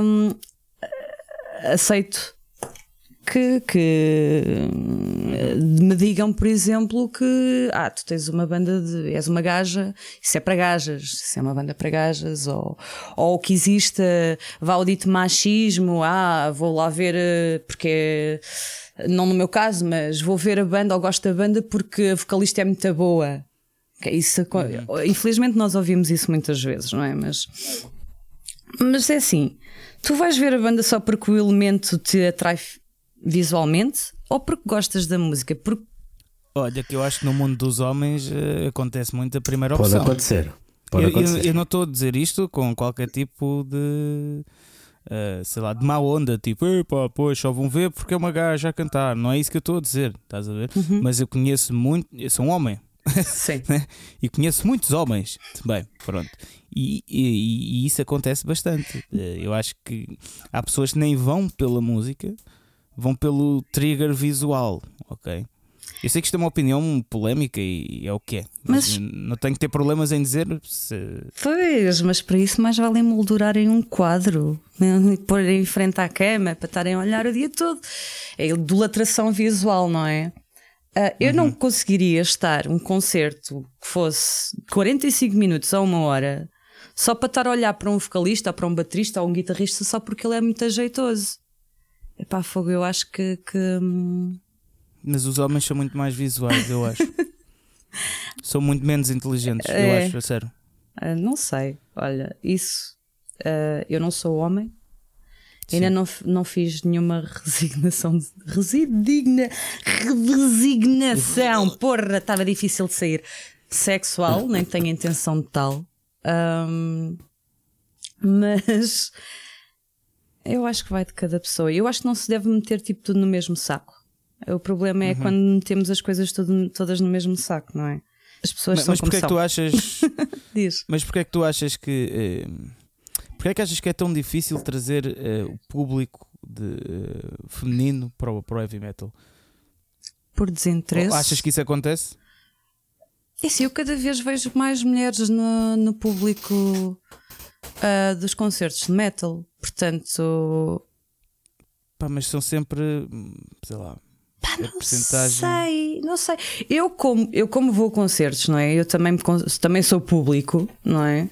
aceito que me digam, por exemplo, que tu tens uma banda és uma gaja, isso é para gajas, isso é uma banda para gajas, ou que exista vá o dito machismo, vou lá ver porque, não no meu caso, mas vou ver a banda ou gosto da banda porque a vocalista é muito boa. Isso, infelizmente nós ouvimos isso muitas vezes, não é? Mas é assim, tu vais ver a banda só porque o elemento te atrai visualmente ou porque gostas da música? Olha, que eu acho que no mundo dos homens acontece muito a primeira opção. Pode acontecer. Eu não estou a dizer isto com qualquer tipo de sei lá, de má onda, tipo, pois só vão ver porque é uma gaja a cantar. Não é isso que eu estou a dizer, estás a ver? Mas eu conheço muito, eu sou um homem. Sim. E conheço muitos homens também, pronto. E isso acontece bastante. Eu acho que há pessoas que nem vão pela música, vão pelo trigger visual, ok? Eu sei que isto é uma opinião polémica e é o que é, mas não tenho que ter problemas em dizer Pois, mas para isso mais vale emoldurarem um quadro, pôr em frente à cama para estarem a olhar o dia todo. É idolatração visual, não é? Eu não conseguiria estar um concerto que fosse 45 minutos ou 1 hora só para estar a olhar para um vocalista ou para um baterista ou um guitarrista só porque ele é muito ajeitoso. Epá, fogo, eu acho que... Mas os homens são muito mais visuais, eu acho. São muito menos inteligentes, eu acho, a sério. Não sei, olha, isso... eu não sou homem. Sim. Ainda não fiz nenhuma resignação. Porra, estava difícil de sair. Sexual, nem tenho intenção de tal. Mas eu acho que vai de cada pessoa. Eu acho que não se deve meter tipo tudo no mesmo saco. O problema é quando metemos as coisas todas no mesmo saco, não é? As pessoas são como são. Mas porquê é que tu achas? Diz. Mas porquê é que tu achas que porquê é que achas que é tão difícil trazer o público feminino para o heavy metal? Por desinteresse. Ou achas que isso acontece? É sim, eu cada vez vejo mais mulheres no público dos concertos de metal. Portanto... mas são sempre, sei lá... Não sei. Eu como vou a concertos, não é? Eu também sou público, não é?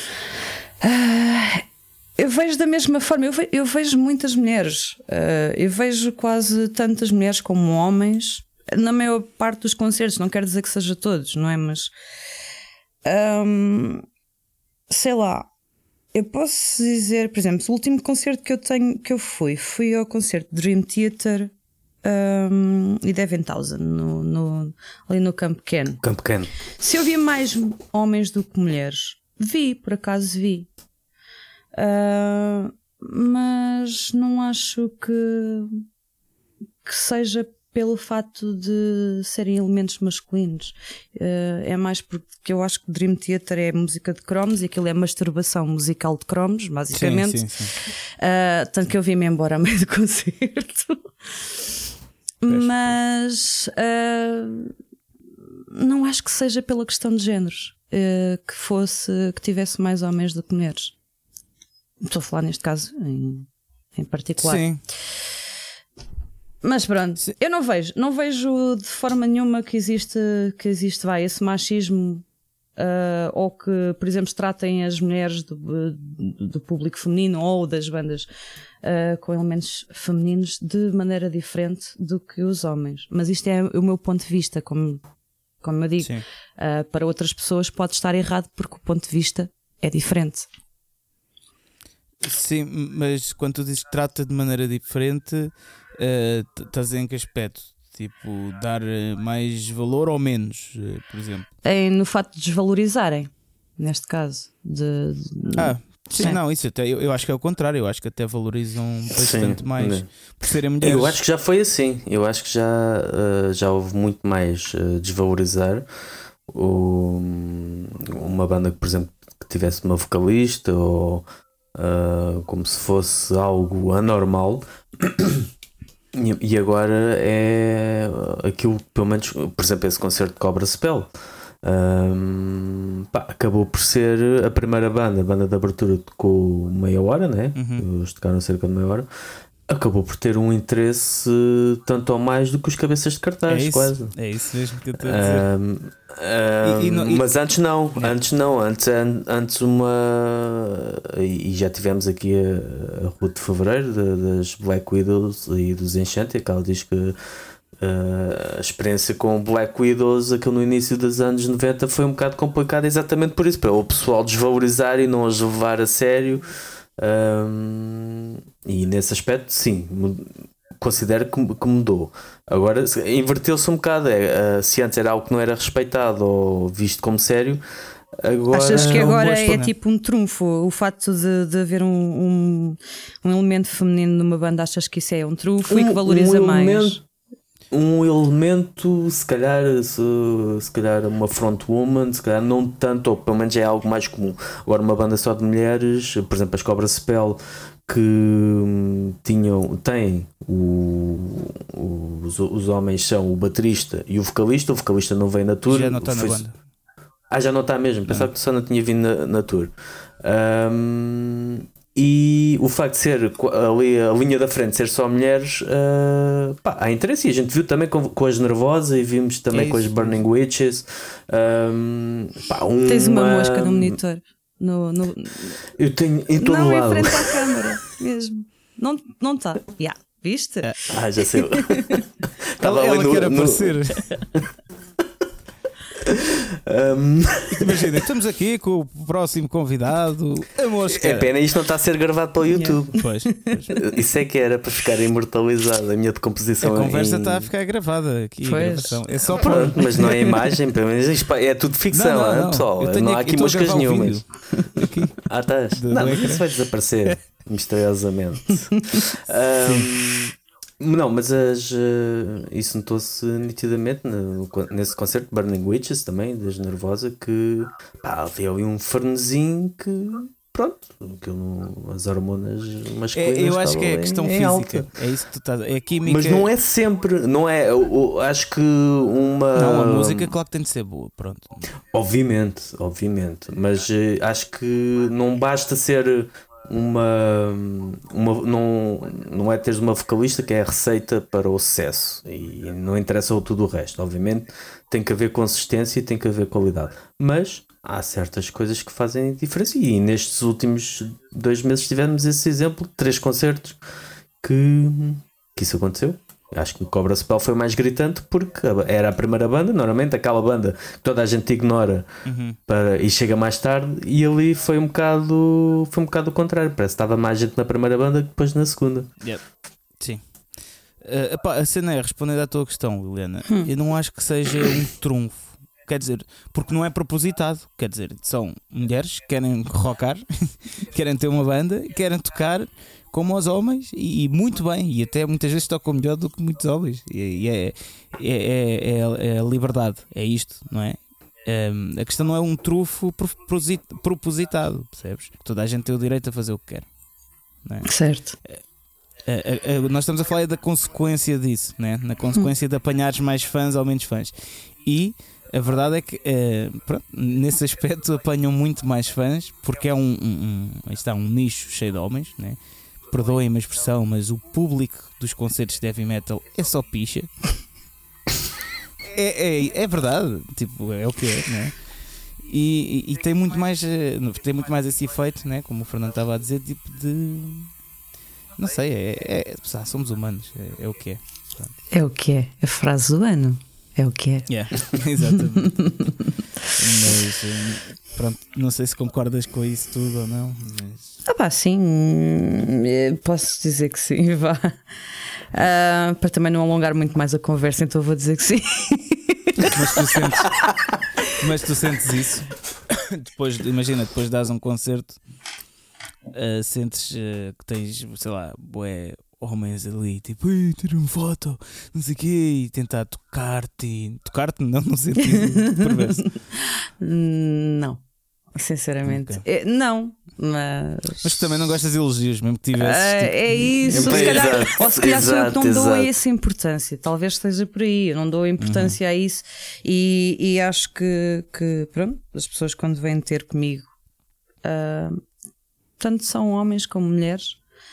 Eu vejo da mesma forma. Eu vejo muitas mulheres. Eu vejo quase tantas mulheres como homens na maior parte dos concertos. Não quero dizer que seja todos, não é? Mas sei lá. Eu posso dizer, por exemplo, o último concerto que eu fui ao concerto de Dream Theater e Devin Townsend ali no Campo Pequeno. Se eu via mais homens do que mulheres, por acaso vi, mas não acho que seja pelo fato de serem elementos masculinos. É mais porque eu acho que Dream Theater é música de cromos e aquilo é masturbação musical de cromos, basicamente. Sim. Tanto que eu vim-me embora a meio do concerto. Mas não acho que seja pela questão de géneros que tivesse mais homens do que mulheres. Estou a falar neste caso em particular. Sim. Mas pronto, sim. Eu não vejo de forma nenhuma que existe esse machismo ou que, por exemplo, tratem as mulheres do público feminino ou das bandas com elementos femininos de maneira diferente do que os homens. Mas isto é o meu ponto de vista, como eu digo. Para outras pessoas pode estar errado porque o ponto de vista é diferente. Sim, mas quando tu dizes que trata de maneira diferente, estás em que aspecto? Tipo, dar mais valor ou menos, por exemplo? No facto de desvalorizarem. neste caso. Sim, não, isso até eu acho que é o contrário. Eu acho que até valorizam bastante mais por serem mulheres. Eu acho que já foi assim. Eu acho que já houve muito mais desvalorizar uma banda que, por exemplo, que tivesse uma vocalista ou como se fosse algo anormal. E agora é aquilo, pelo menos, por exemplo, esse concerto de Cobra Spell. Acabou por ser a primeira banda. A banda de abertura tocou meia hora, né? Eles tocaram cerca de meia hora. Acabou por ter um interesse tanto ou mais do que os cabeças de cartaz, quase. É isso mesmo que eu estou a dizer. Mas antes não. Antes uma. E já tivemos aqui a Rua de Fevereiro das Black Widows e dos Enchanted, que ela diz que a experiência com Black Widows, aquilo no início dos anos 90, foi um bocado complicado exatamente por isso, para o pessoal desvalorizar e não as levar a sério. E nesse aspecto, sim, considero que mudou. Agora inverteu-se um bocado. Se antes era algo que não era respeitado ou visto como sério, agora... Achas que agora é tipo um trunfo? O facto de haver um elemento feminino numa banda, achas que isso é um trunfo e que valoriza mais? Um elemento, se calhar uma frontwoman, se calhar não tanto, ou pelo menos é algo mais comum. Agora, uma banda só de mulheres, por exemplo, as Cobra Spell, que têm os homens são o baterista e o vocalista não vem na tour. Já não está na banda. Já não está mesmo, pensava que só não tinha vindo na tour. E o facto de ser ali a linha da frente ser só mulheres, há interesse. E a gente viu também com as Nervosa e vimos também com as Burning Witches. Tens uma mosca no monitor. Eu tenho em todo não, lado. Não, em frente à câmara mesmo. Não está. Viste? Já sei. Ela quer aparecer. Imagina, estamos aqui com o próximo convidado, a mosca. É pena isto não está a ser gravado para o YouTube. Pois. Isso é que era para ficar imortalizado. A minha decomposição. A conversa está a ficar gravada aqui. É só pronto, mas não é imagem, pelo menos é tudo ficção, não, pessoal. Não há aqui moscas nenhumas. Estás? Não, isso vai desaparecer misteriosamente. Não, mas isso notou-se nitidamente nesse concerto de Burning Witches também, das Nervosa, que havia ali um fernezinho que, pronto, as hormonas masculinas. Eu acho que é a questão física. Alta. É isso que tu estás. É a química. Mas não é sempre, não é. Acho que Não, a música, claro que tem de ser boa, pronto. Obviamente. Mas acho que não basta ser. Não é teres uma vocalista que é a receita para o sucesso e não interessa tudo o resto. Obviamente tem que haver consistência e tem que haver qualidade, mas há certas coisas que fazem diferença e nestes últimos 2 meses tivemos esse exemplo de 3 concertos que isso aconteceu. Acho que o Cobra Spell foi mais gritante porque era a primeira banda, normalmente aquela banda que toda a gente ignora e chega mais tarde, e ali foi um bocado o contrário. Parece que estava mais gente na primeira banda que depois na segunda. Sim. A cena é, respondendo à tua questão, Liliana, eu não acho que seja um trunfo. Quer dizer, porque não é propositado. Quer dizer, são mulheres que querem rockar, querem ter uma banda, querem tocar como os homens, e muito bem, e até muitas vezes tocam melhor do que muitos homens, e é a liberdade, é isto, não é? A questão não é um trunfo propositado, percebes? Toda a gente tem o direito a fazer o que quer, não é? Certo. Nós estamos a falar da consequência disso, né? Na consequência de apanhares mais fãs ou menos fãs, e a verdade é que pronto, nesse aspecto apanham muito mais fãs, porque é um nicho cheio de homens, né? Perdoem-me a expressão, mas o público dos concertos de heavy metal é só picha. É verdade, tipo, é o que é, né? E tem muito mais esse efeito, né? Como o Fernando estava a dizer, tipo de... Não sei, somos humanos, é o que é. Pronto. É o que é, a frase do ano. É o que é. Exatamente. Mas pronto, não sei se concordas com isso tudo ou não. Mas... sim, posso dizer que sim, vá. Para também não alongar muito mais a conversa, então vou dizer que sim. Mas tu sentes isso? Imagina, depois dás um concerto, sentes que tens, sei lá, bué homens ali, tipo, tira uma foto, não sei o quê, e tentar tocar-te não no sentido perverso. Não, sinceramente. Okay. Não, mas também não gostas de elogios, mesmo que tivesses. É isso, se calhar, ou se calhar sou eu que não dou essa importância. Talvez esteja por aí, eu não dou importância a isso. E acho que pronto, as pessoas quando vêm ter comigo, tanto são homens como mulheres,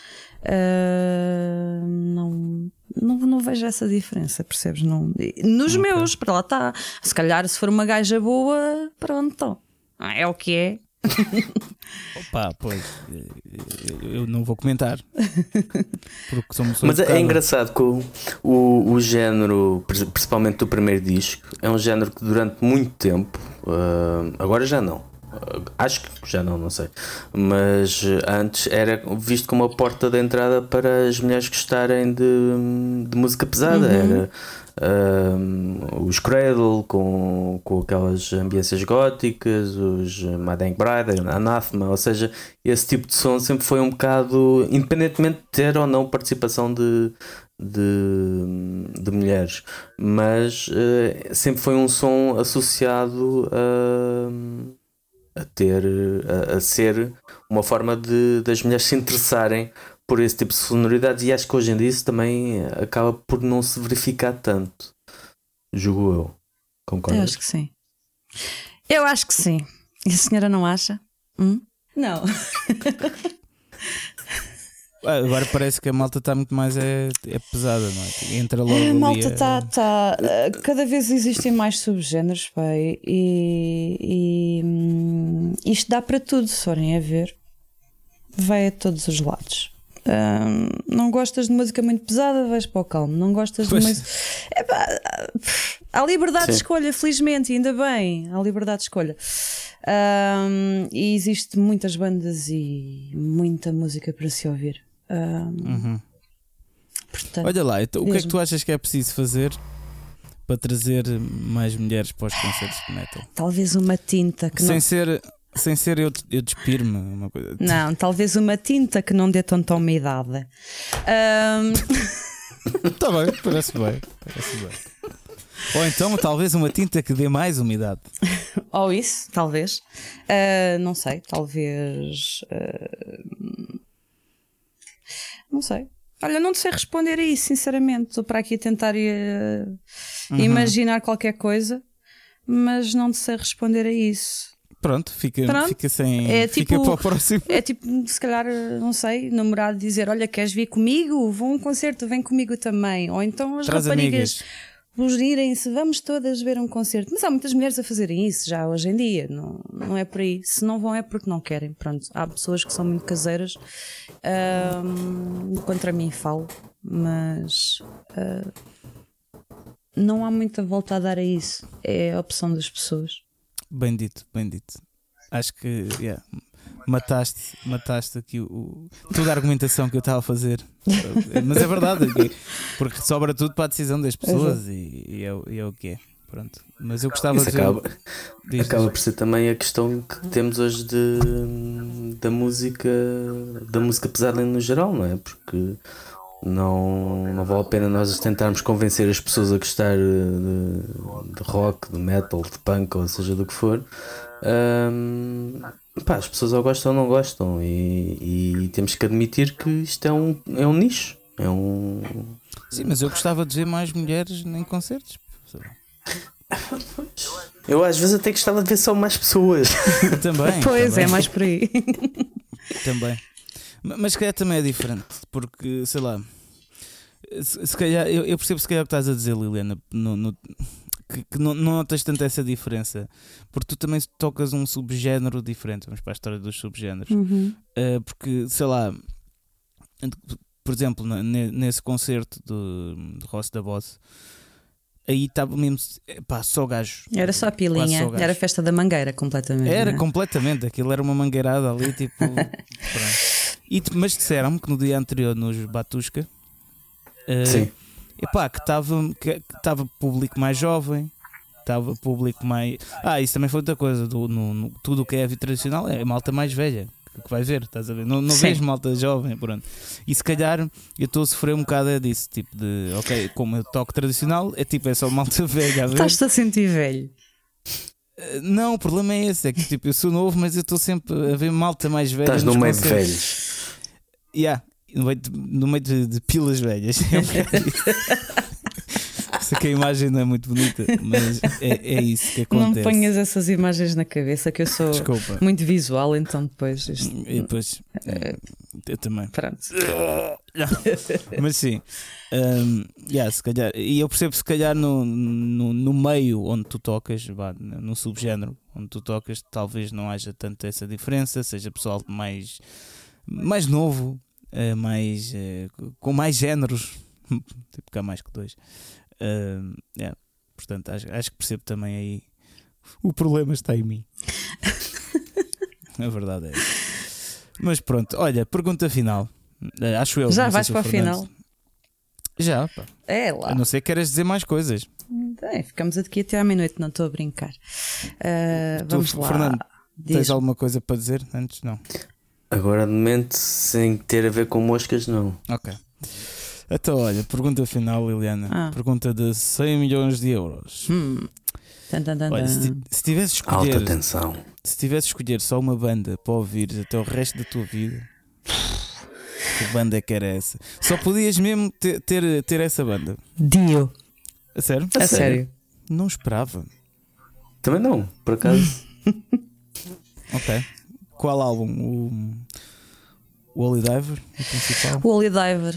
não vejo essa diferença, percebes? Não, nos meus, para lá está. Se calhar, se for uma gaja boa, pronto, é o que é. Opa, pois eu não vou comentar porque somos. Mas é engraçado que o género, principalmente do primeiro disco, é um género que durante muito tempo, agora já não. Acho que já não sei. Mas antes era visto como uma porta de entrada para as mulheres gostarem de música pesada. Era os Cradle com aquelas ambiências góticas, os Madame Bride, Anathema, ou seja, esse tipo de som sempre foi um bocado, independentemente de ter ou não participação de mulheres, mas sempre foi um som associado a ser uma forma das mulheres se interessarem por esse tipo de sonoridades, e acho que hoje em dia isso também acaba por não se verificar tanto, julgo eu. Concordas? Eu acho que sim. Eu acho que sim. E a senhora não acha? Não. Agora parece que a malta está muito mais pesada, não é? Entra logo a malta ali, está cada vez existem mais subgéneros, pai, e isto dá para tudo, se forem a ver, vai a todos os lados. Não gostas de música muito pesada, vais para o calmo. Não gostas de música. Há liberdade de escolha, felizmente, e ainda bem, há liberdade de escolha. E existe muitas bandas e muita música para se ouvir. Portanto, olha lá, então, o que é que tu achas que é preciso fazer para trazer mais mulheres para os concertos de metal? Talvez uma tinta que sem ser eu despir-me uma coisa. Não, talvez uma tinta que não dê tanta umidade. Está bem, parece bem. Ou então talvez uma tinta que dê mais umidade. Ou isso, talvez. Não sei, talvez. Não sei. Olha, não sei responder a isso, sinceramente. Estou para aqui a tentar imaginar qualquer coisa, mas não sei responder a isso. Pronto, fica sem. Fica para o próximo. É tipo, se calhar, não sei, namorado dizer: olha, queres vir comigo? Vou a um concerto, vem comigo também. Ou então as Traz raparigas amigas. irem-se, vamos todas ver um concerto. Mas há muitas mulheres a fazerem isso já hoje em dia, não é por aí. Se não vão é porque não querem. Pronto, há pessoas que são muito caseiras, contra mim falo, mas não há muita volta a dar a isso. É a opção das pessoas. Bem dito. Acho que mataste aqui toda a argumentação que eu estava a fazer. Mas é verdade, porque sobra tudo para a decisão das pessoas e é o que é. Pronto. Mas eu gostava de acaba por ser também a questão que temos hoje da música pesada no geral, não é? Porque não vale a pena nós tentarmos convencer as pessoas a gostar de rock, de metal, de punk, ou seja do que for. As pessoas ou gostam ou não gostam, e temos que admitir que isto é um nicho. Sim, mas eu gostava de ver mais mulheres em concertos. Eu às vezes até gostava de ver só mais pessoas. Também. Pois também. É mais por aí. Também. Mas se calhar também é diferente, porque sei lá, se calhar eu percebo se calhar o que estás a dizer, Liliana, que não notas tanto essa diferença, porque tu também tocas um subgénero diferente. Vamos para a história dos subgéneros. Porque sei lá, por exemplo, nesse concerto de Ross da Boss, aí estava mesmo só gajo. Era só pilinha, era festa da mangueira completamente. Era completamente, aquilo era uma mangueirada ali, tipo. Mas disseram-me que no dia anterior nos Batusca que estava público mais jovem, estava público mais. Isso também foi outra coisa. Tudo o que é heavy tradicional é malta mais velha que vai ver, estás a ver? Não vejo malta jovem, pronto. E se calhar eu estou a sofrer um bocado disso, tipo de, ok, como eu toco tradicional, é só malta velha a ver. Estás-te a sentir velho? Não, o problema é esse, é que tipo, eu sou novo, mas eu estou sempre a ver malta mais velha. Estás no meio de velhos. No meio de pilas velhas. Sei que a imagem não é muito bonita, mas é isso que acontece. Não ponhas essas imagens na cabeça, que eu sou muito visual, então depois isto... E depois eu também. Pronto. Mas sim, se calhar, e eu percebo se calhar no meio onde tu tocas, no subgénero onde tu tocas, talvez não haja tanto essa diferença, seja pessoal mais novo, com mais géneros, tipo que há mais que 2. Portanto, acho que percebo também aí. O problema está em mim. A verdade é essa. Mas pronto, olha, pergunta final. Acho eu. Já vais para o final? Já, pá. É lá. A não ser que queres dizer mais coisas. Ficamos aqui até à meia-noite, não estou a brincar. Vamos lá. Fernando, tens alguma coisa para dizer antes? Não. Agora de momento, sem ter a ver com moscas, não. Ok. Então, olha, pergunta final, Liliana. Pergunta de 100 milhões de euros. Olha, se tivesse escolher, alta tensão. Se tivesse escolher só uma banda para ouvir até o resto da tua vida, que banda é que era essa? Só podias mesmo ter essa banda. Dio. A sério? A sério? Não esperava. Também não, por acaso. Ok. Qual álbum? O Holy Diver, o principal? O Holy Diver.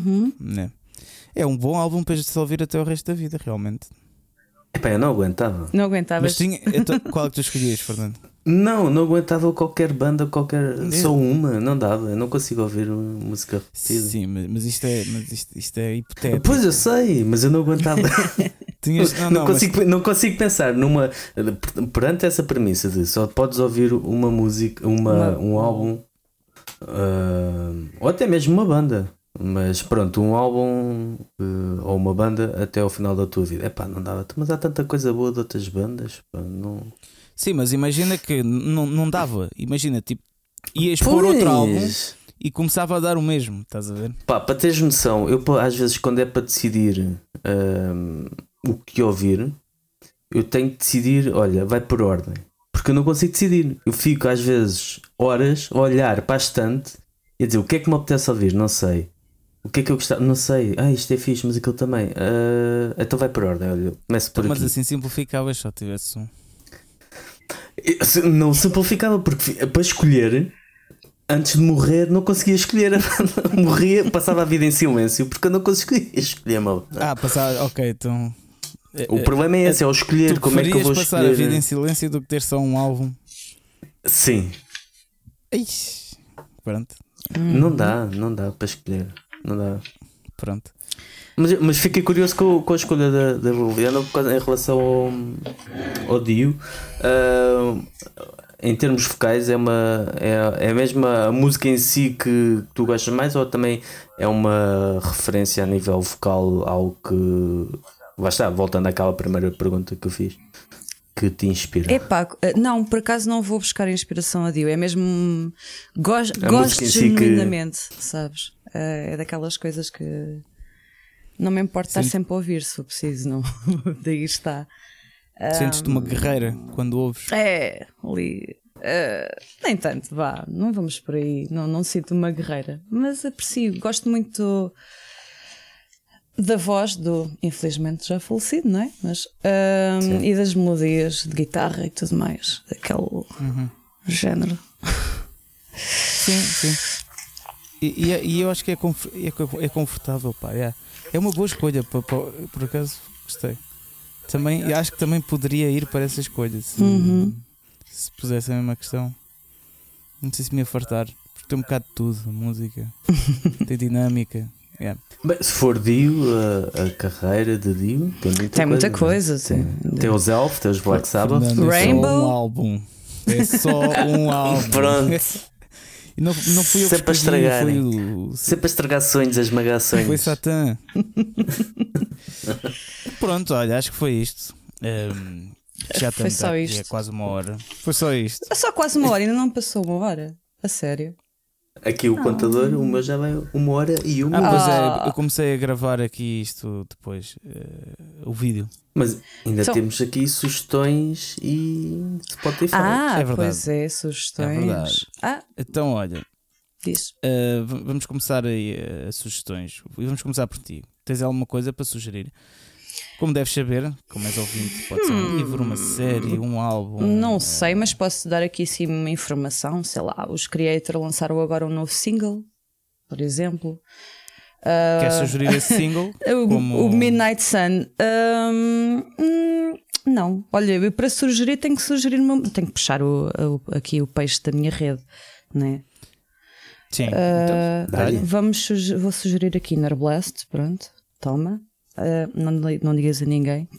É um bom álbum para se ouvir até o resto da vida, realmente. Epá, eu não aguentava. Não aguentavas? Mas qual é que tu escolhias, Fernando? Não aguentava qualquer banda, só uma, não dava. Eu não consigo ouvir uma música repetida. Sim, mas isto é hipotético. Pois eu sei, mas eu não aguentava. Não consigo pensar numa. Perante essa premissa de só podes ouvir uma música, um álbum, ou até mesmo uma banda. Mas pronto, um álbum ou uma banda até ao final da tua vida. Epá, não dava. Mas há tanta coisa boa de outras bandas. Pá, não... Sim, mas imagina que não dava. Imagina, tipo, ias pôr outro álbum e começava a dar o mesmo. Estás a ver? Pá, para teres noção, eu às vezes quando é para decidir o que ouvir, eu tenho que decidir, olha, vai por ordem. Porque eu não consigo decidir. Eu fico às vezes horas a olhar para a estante e a dizer, o que é que me apetece ouvir? Não sei. O que é que eu gostava? Não sei. Isto é fixe, mas aquilo também. Então vai por ordem. Olha, começo por aqui. Mas assim simplificavas, só tivesse um. Não simplificava, porque para escolher, antes de morrer, não conseguia escolher. Morria, passava a vida em silêncio, porque eu não conseguia escolher mal. Passava, ok, então. O problema é esse, é o escolher. Como é que eu vou passar escolher? A vida em silêncio do que ter só um álbum? Sim. Ixi, pronto. Não dá para escolher. Não dá. Pronto. Mas fiquei curioso com a escolha da Liliana em relação ao Dio. Em termos vocais, é mesmo a música em si que tu gostas mais, ou também é uma referência a nível vocal, algo que. Vai estar, voltando àquela primeira pergunta que eu fiz, que te inspira? Epá, não, por acaso não vou buscar inspiração a Dio, é mesmo. Gosto genuinamente, sabes? É daquelas coisas que. Não me importa estar sempre a ouvir, se for preciso, não. Daí está. Sentes-te uma guerreira quando ouves? Ali. Nem tanto, vá, não vamos por aí. Não sinto uma guerreira, mas aprecio, gosto muito da voz do, infelizmente já falecido, não é? Mas, e das melodias de guitarra e tudo mais, daquele género. Sim. E eu acho que é confortável, pá. É uma boa escolha, por acaso gostei. Também, acho que também poderia ir para essa escolha se pusesse a mesma questão. Não sei se me ia fartar, porque tem um bocado de tudo, a música, tem dinâmica. Bem, se for Dio, a carreira de Dio tem muita coisa. Tem os Elf, tem os Black Sabbath, Rainbow. É só um álbum. Pronto. E não fui eu sempre a estragar, sempre a estragar sonhos, a esmagar sonhos. Foi Satã. Pronto, olha, acho que foi isto. Já foi só isto. É quase 1 hora. Foi só isto. É só quase 1 hora, ainda não passou 1 hora. A sério. Aqui o contador, o meu já vai 1 hora e 1 minuto. Pois é, eu comecei a gravar aqui isto depois, o vídeo. Mas ainda temos aqui sugestões e Spotify. É verdade. Pois é, sugestões. É verdade. Então, olha, diz. Vamos começar aí as sugestões. E vamos começar por ti. Tens alguma coisa para sugerir? Como deves saber, como és ouvinte, pode ser um livro, uma série, um álbum. Não sei, mas posso dar aqui sim uma informação. Sei lá, os Creator lançaram agora um novo single, por exemplo. Queres sugerir esse single? O Midnight Sun. Não, olha, eu para sugerir tenho que tenho que puxar aqui o peixe da minha rede, né? Sim. Vou sugerir aqui Inner Blast, pronto, toma. Não digas a ninguém.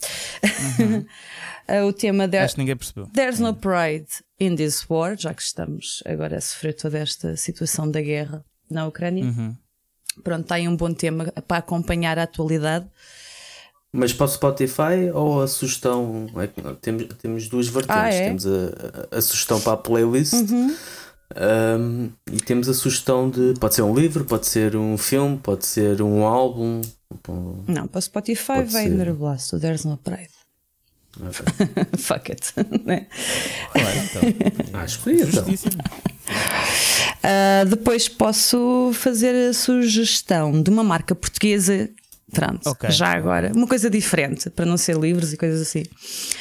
O tema acho que ninguém percebeu. There's no pride in this war, já que estamos agora a sofrer toda esta situação da guerra na Ucrânia. Pronto, está aí um bom tema para acompanhar a atualidade. Mas para o Spotify ou a sugestão? Temos duas vertentes. Temos a sugestão para a playlist. E temos a sugestão de. Pode ser um livro, pode ser um filme, pode ser um álbum. Não, para o Spotify vai Inner Blast, o There's no Pride. Okay. Fuck it. Claro, então. Acho que então. Depois posso fazer a sugestão de uma marca portuguesa. Pronto, já agora. Uma coisa diferente, para não ser livros e coisas assim.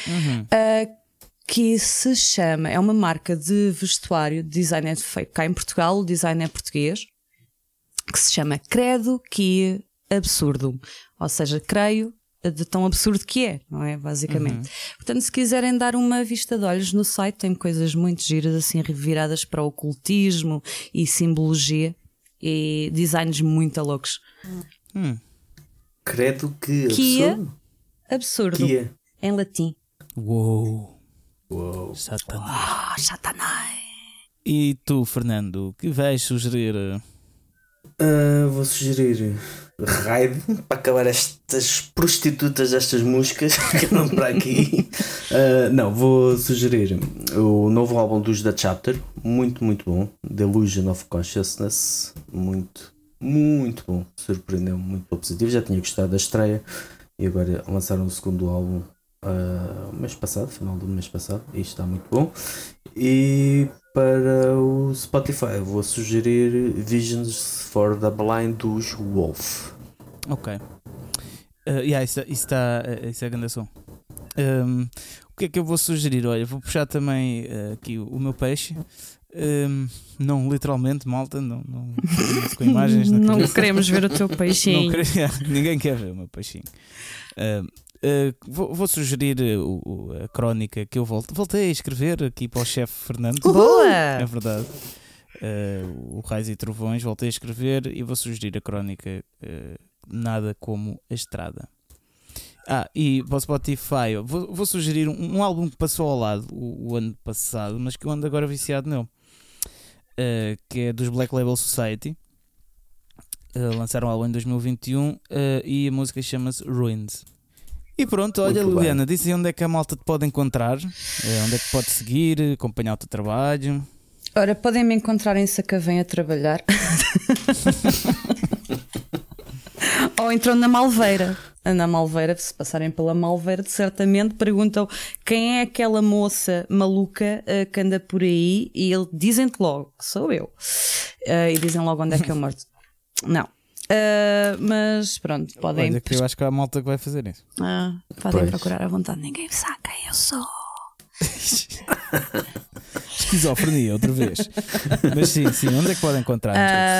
Que se chama, é uma marca de vestuário, design é feito cá em Portugal, o design é português, que se chama Credo que Absurdo, ou seja, creio de tão absurdo que é, não é? Basicamente. Portanto, se quiserem dar uma vista de olhos no site, tem coisas muito giras, assim, reviradas para o ocultismo e simbologia e designs muito loucos. Credo que absurdo. Kia. Em latim. Uou. Satanás. E tu, Fernando, que vais sugerir? Vou sugerir Raid para acabar estas prostitutas destas músicas que andam para aqui. Não, vou sugerir o novo álbum dos The Chapter, muito bom. Delusion of Consciousness, muito bom. Surpreendeu-me, muito positivo. Já tinha gostado da estreia e agora lançaram o segundo álbum mês passado, final do mês passado, e está muito bom. E para o Spotify vou sugerir Visions for the Blind dos Wolf. Ok. Isso é grande som. O que é que eu vou sugerir? Olha, vou puxar também aqui o meu peixe. Não literalmente, malta, não com imagens na cabeça. Não queremos ver o teu peixinho. Ninguém quer ver o meu peixinho. Vou sugerir a crónica que eu voltei a escrever aqui para o chefe Fernando. Boa! É verdade. O Raios e Trovões, voltei a escrever e vou sugerir a crónica Nada Como a Estrada. E para o Spotify vou sugerir um álbum que passou ao lado o ano passado, mas que eu ando agora viciado nele, que é dos Black Label Society. Lançaram um álbum em 2021 e a música chama-se Ruins. E pronto, olha, Liliana, diz aí onde é que a malta te pode encontrar, onde é que pode seguir, acompanhar o teu trabalho. Ora, podem me encontrar em Sacavém a trabalhar. Ou entram na Malveira. Na Malveira, se passarem pela Malveira, certamente perguntam quem é aquela moça maluca que anda por aí, e dizem-te logo que sou eu. E dizem logo onde é que eu moro. Não. Mas pronto, podem. Olha, que eu acho que há malta que vai fazer isso. Podem procurar à vontade, ninguém sabe quem eu sou. Esquizofrenia, outra vez. Mas sim, onde é que podem encontrar?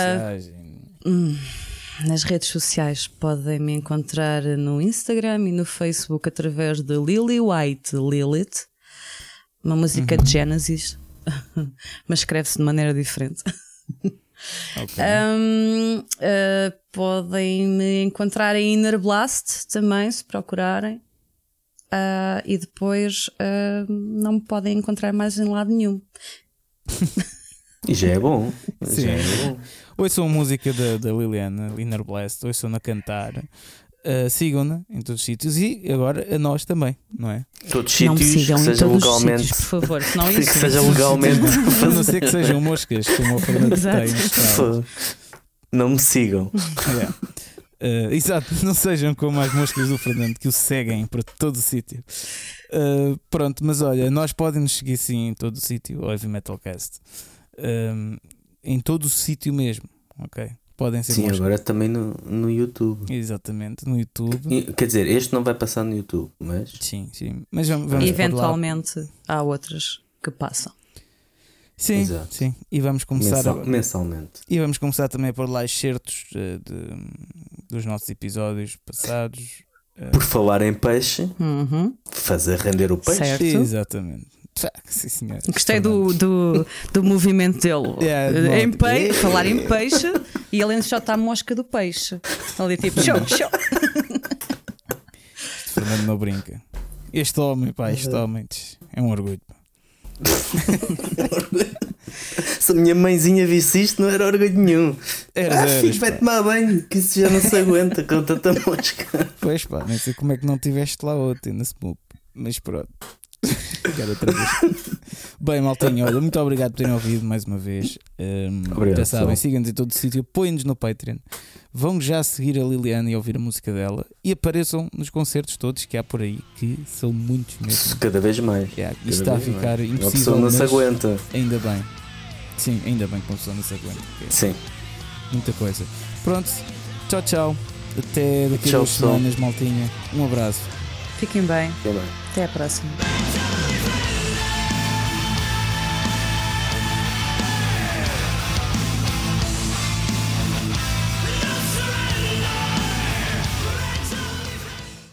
Nas redes sociais podem me encontrar no Instagram e no Facebook através de Lily White Lilith, uma música de Genesis, mas escreve-se de maneira diferente. Okay. Podem me encontrar em Inner Blast também, se procurarem. E depois não me podem encontrar mais em lado nenhum. E já é bom. Sim. Ouçam a música da Liliana, Inner Blast, ouçam-na cantar. sigam-na em todos os sítios e agora a nós também, não é? Todos os sítios que sejam legalmente, sítios, por favor, senão isso que sejam legalmente, a não ser que sejam moscas, como o Fernando tem. Não me sigam. Exato, não sejam como as moscas do Fernando que o seguem para todo o sítio. Pronto, mas olha, nós podemos seguir sim em todo o sítio, o Heavy Metalcast, em todo o sítio mesmo, ok? Podem ser. Sim, moscas. Agora também no YouTube. Exatamente, no YouTube. Quer dizer, este não vai passar no YouTube, mas. Sim, mas vamos eventualmente há outras que passam. Sim, exato. Sim. E vamos começar mensalmente. E vamos começar também a pôr lá excertos dos nossos episódios passados. Por falar em peixe, fazer render o peixe. Certo. Exatamente. Sim, senhor. Gostei do movimento dele. Falar em peixe e ele só está a mosca do peixe. Ali tipo, show. Fernando não brinca. Este homem é um orgulho. Se a minha mãezinha visse isto, não era orgulho nenhum. Filho, vai tomar banho, que isso já não se aguenta com tanta mosca. Pois pá, não sei como é que não tiveste lá ontem na Smoop, mas pronto. Quero outra vez. Bem, maltinho, olha, muito obrigado por terem ouvido mais uma vez. Obrigado, já sabem, sigam-nos em todo o sítio, apoiem-nos no Patreon. Vão já seguir a Liliana e ouvir a música dela e apareçam nos concertos todos que há por aí, que são muitos mesmo. Cada vez mais. Isto está a ficar impossível. A pessoa não se aguenta. Ainda bem. Sim, ainda bem que a pessoa não se aguenta. Sim. Muita coisa. Pronto, tchau. Até daqui a 2 semanas, maltinha. Um abraço. Fiquem bem. Até a próxima.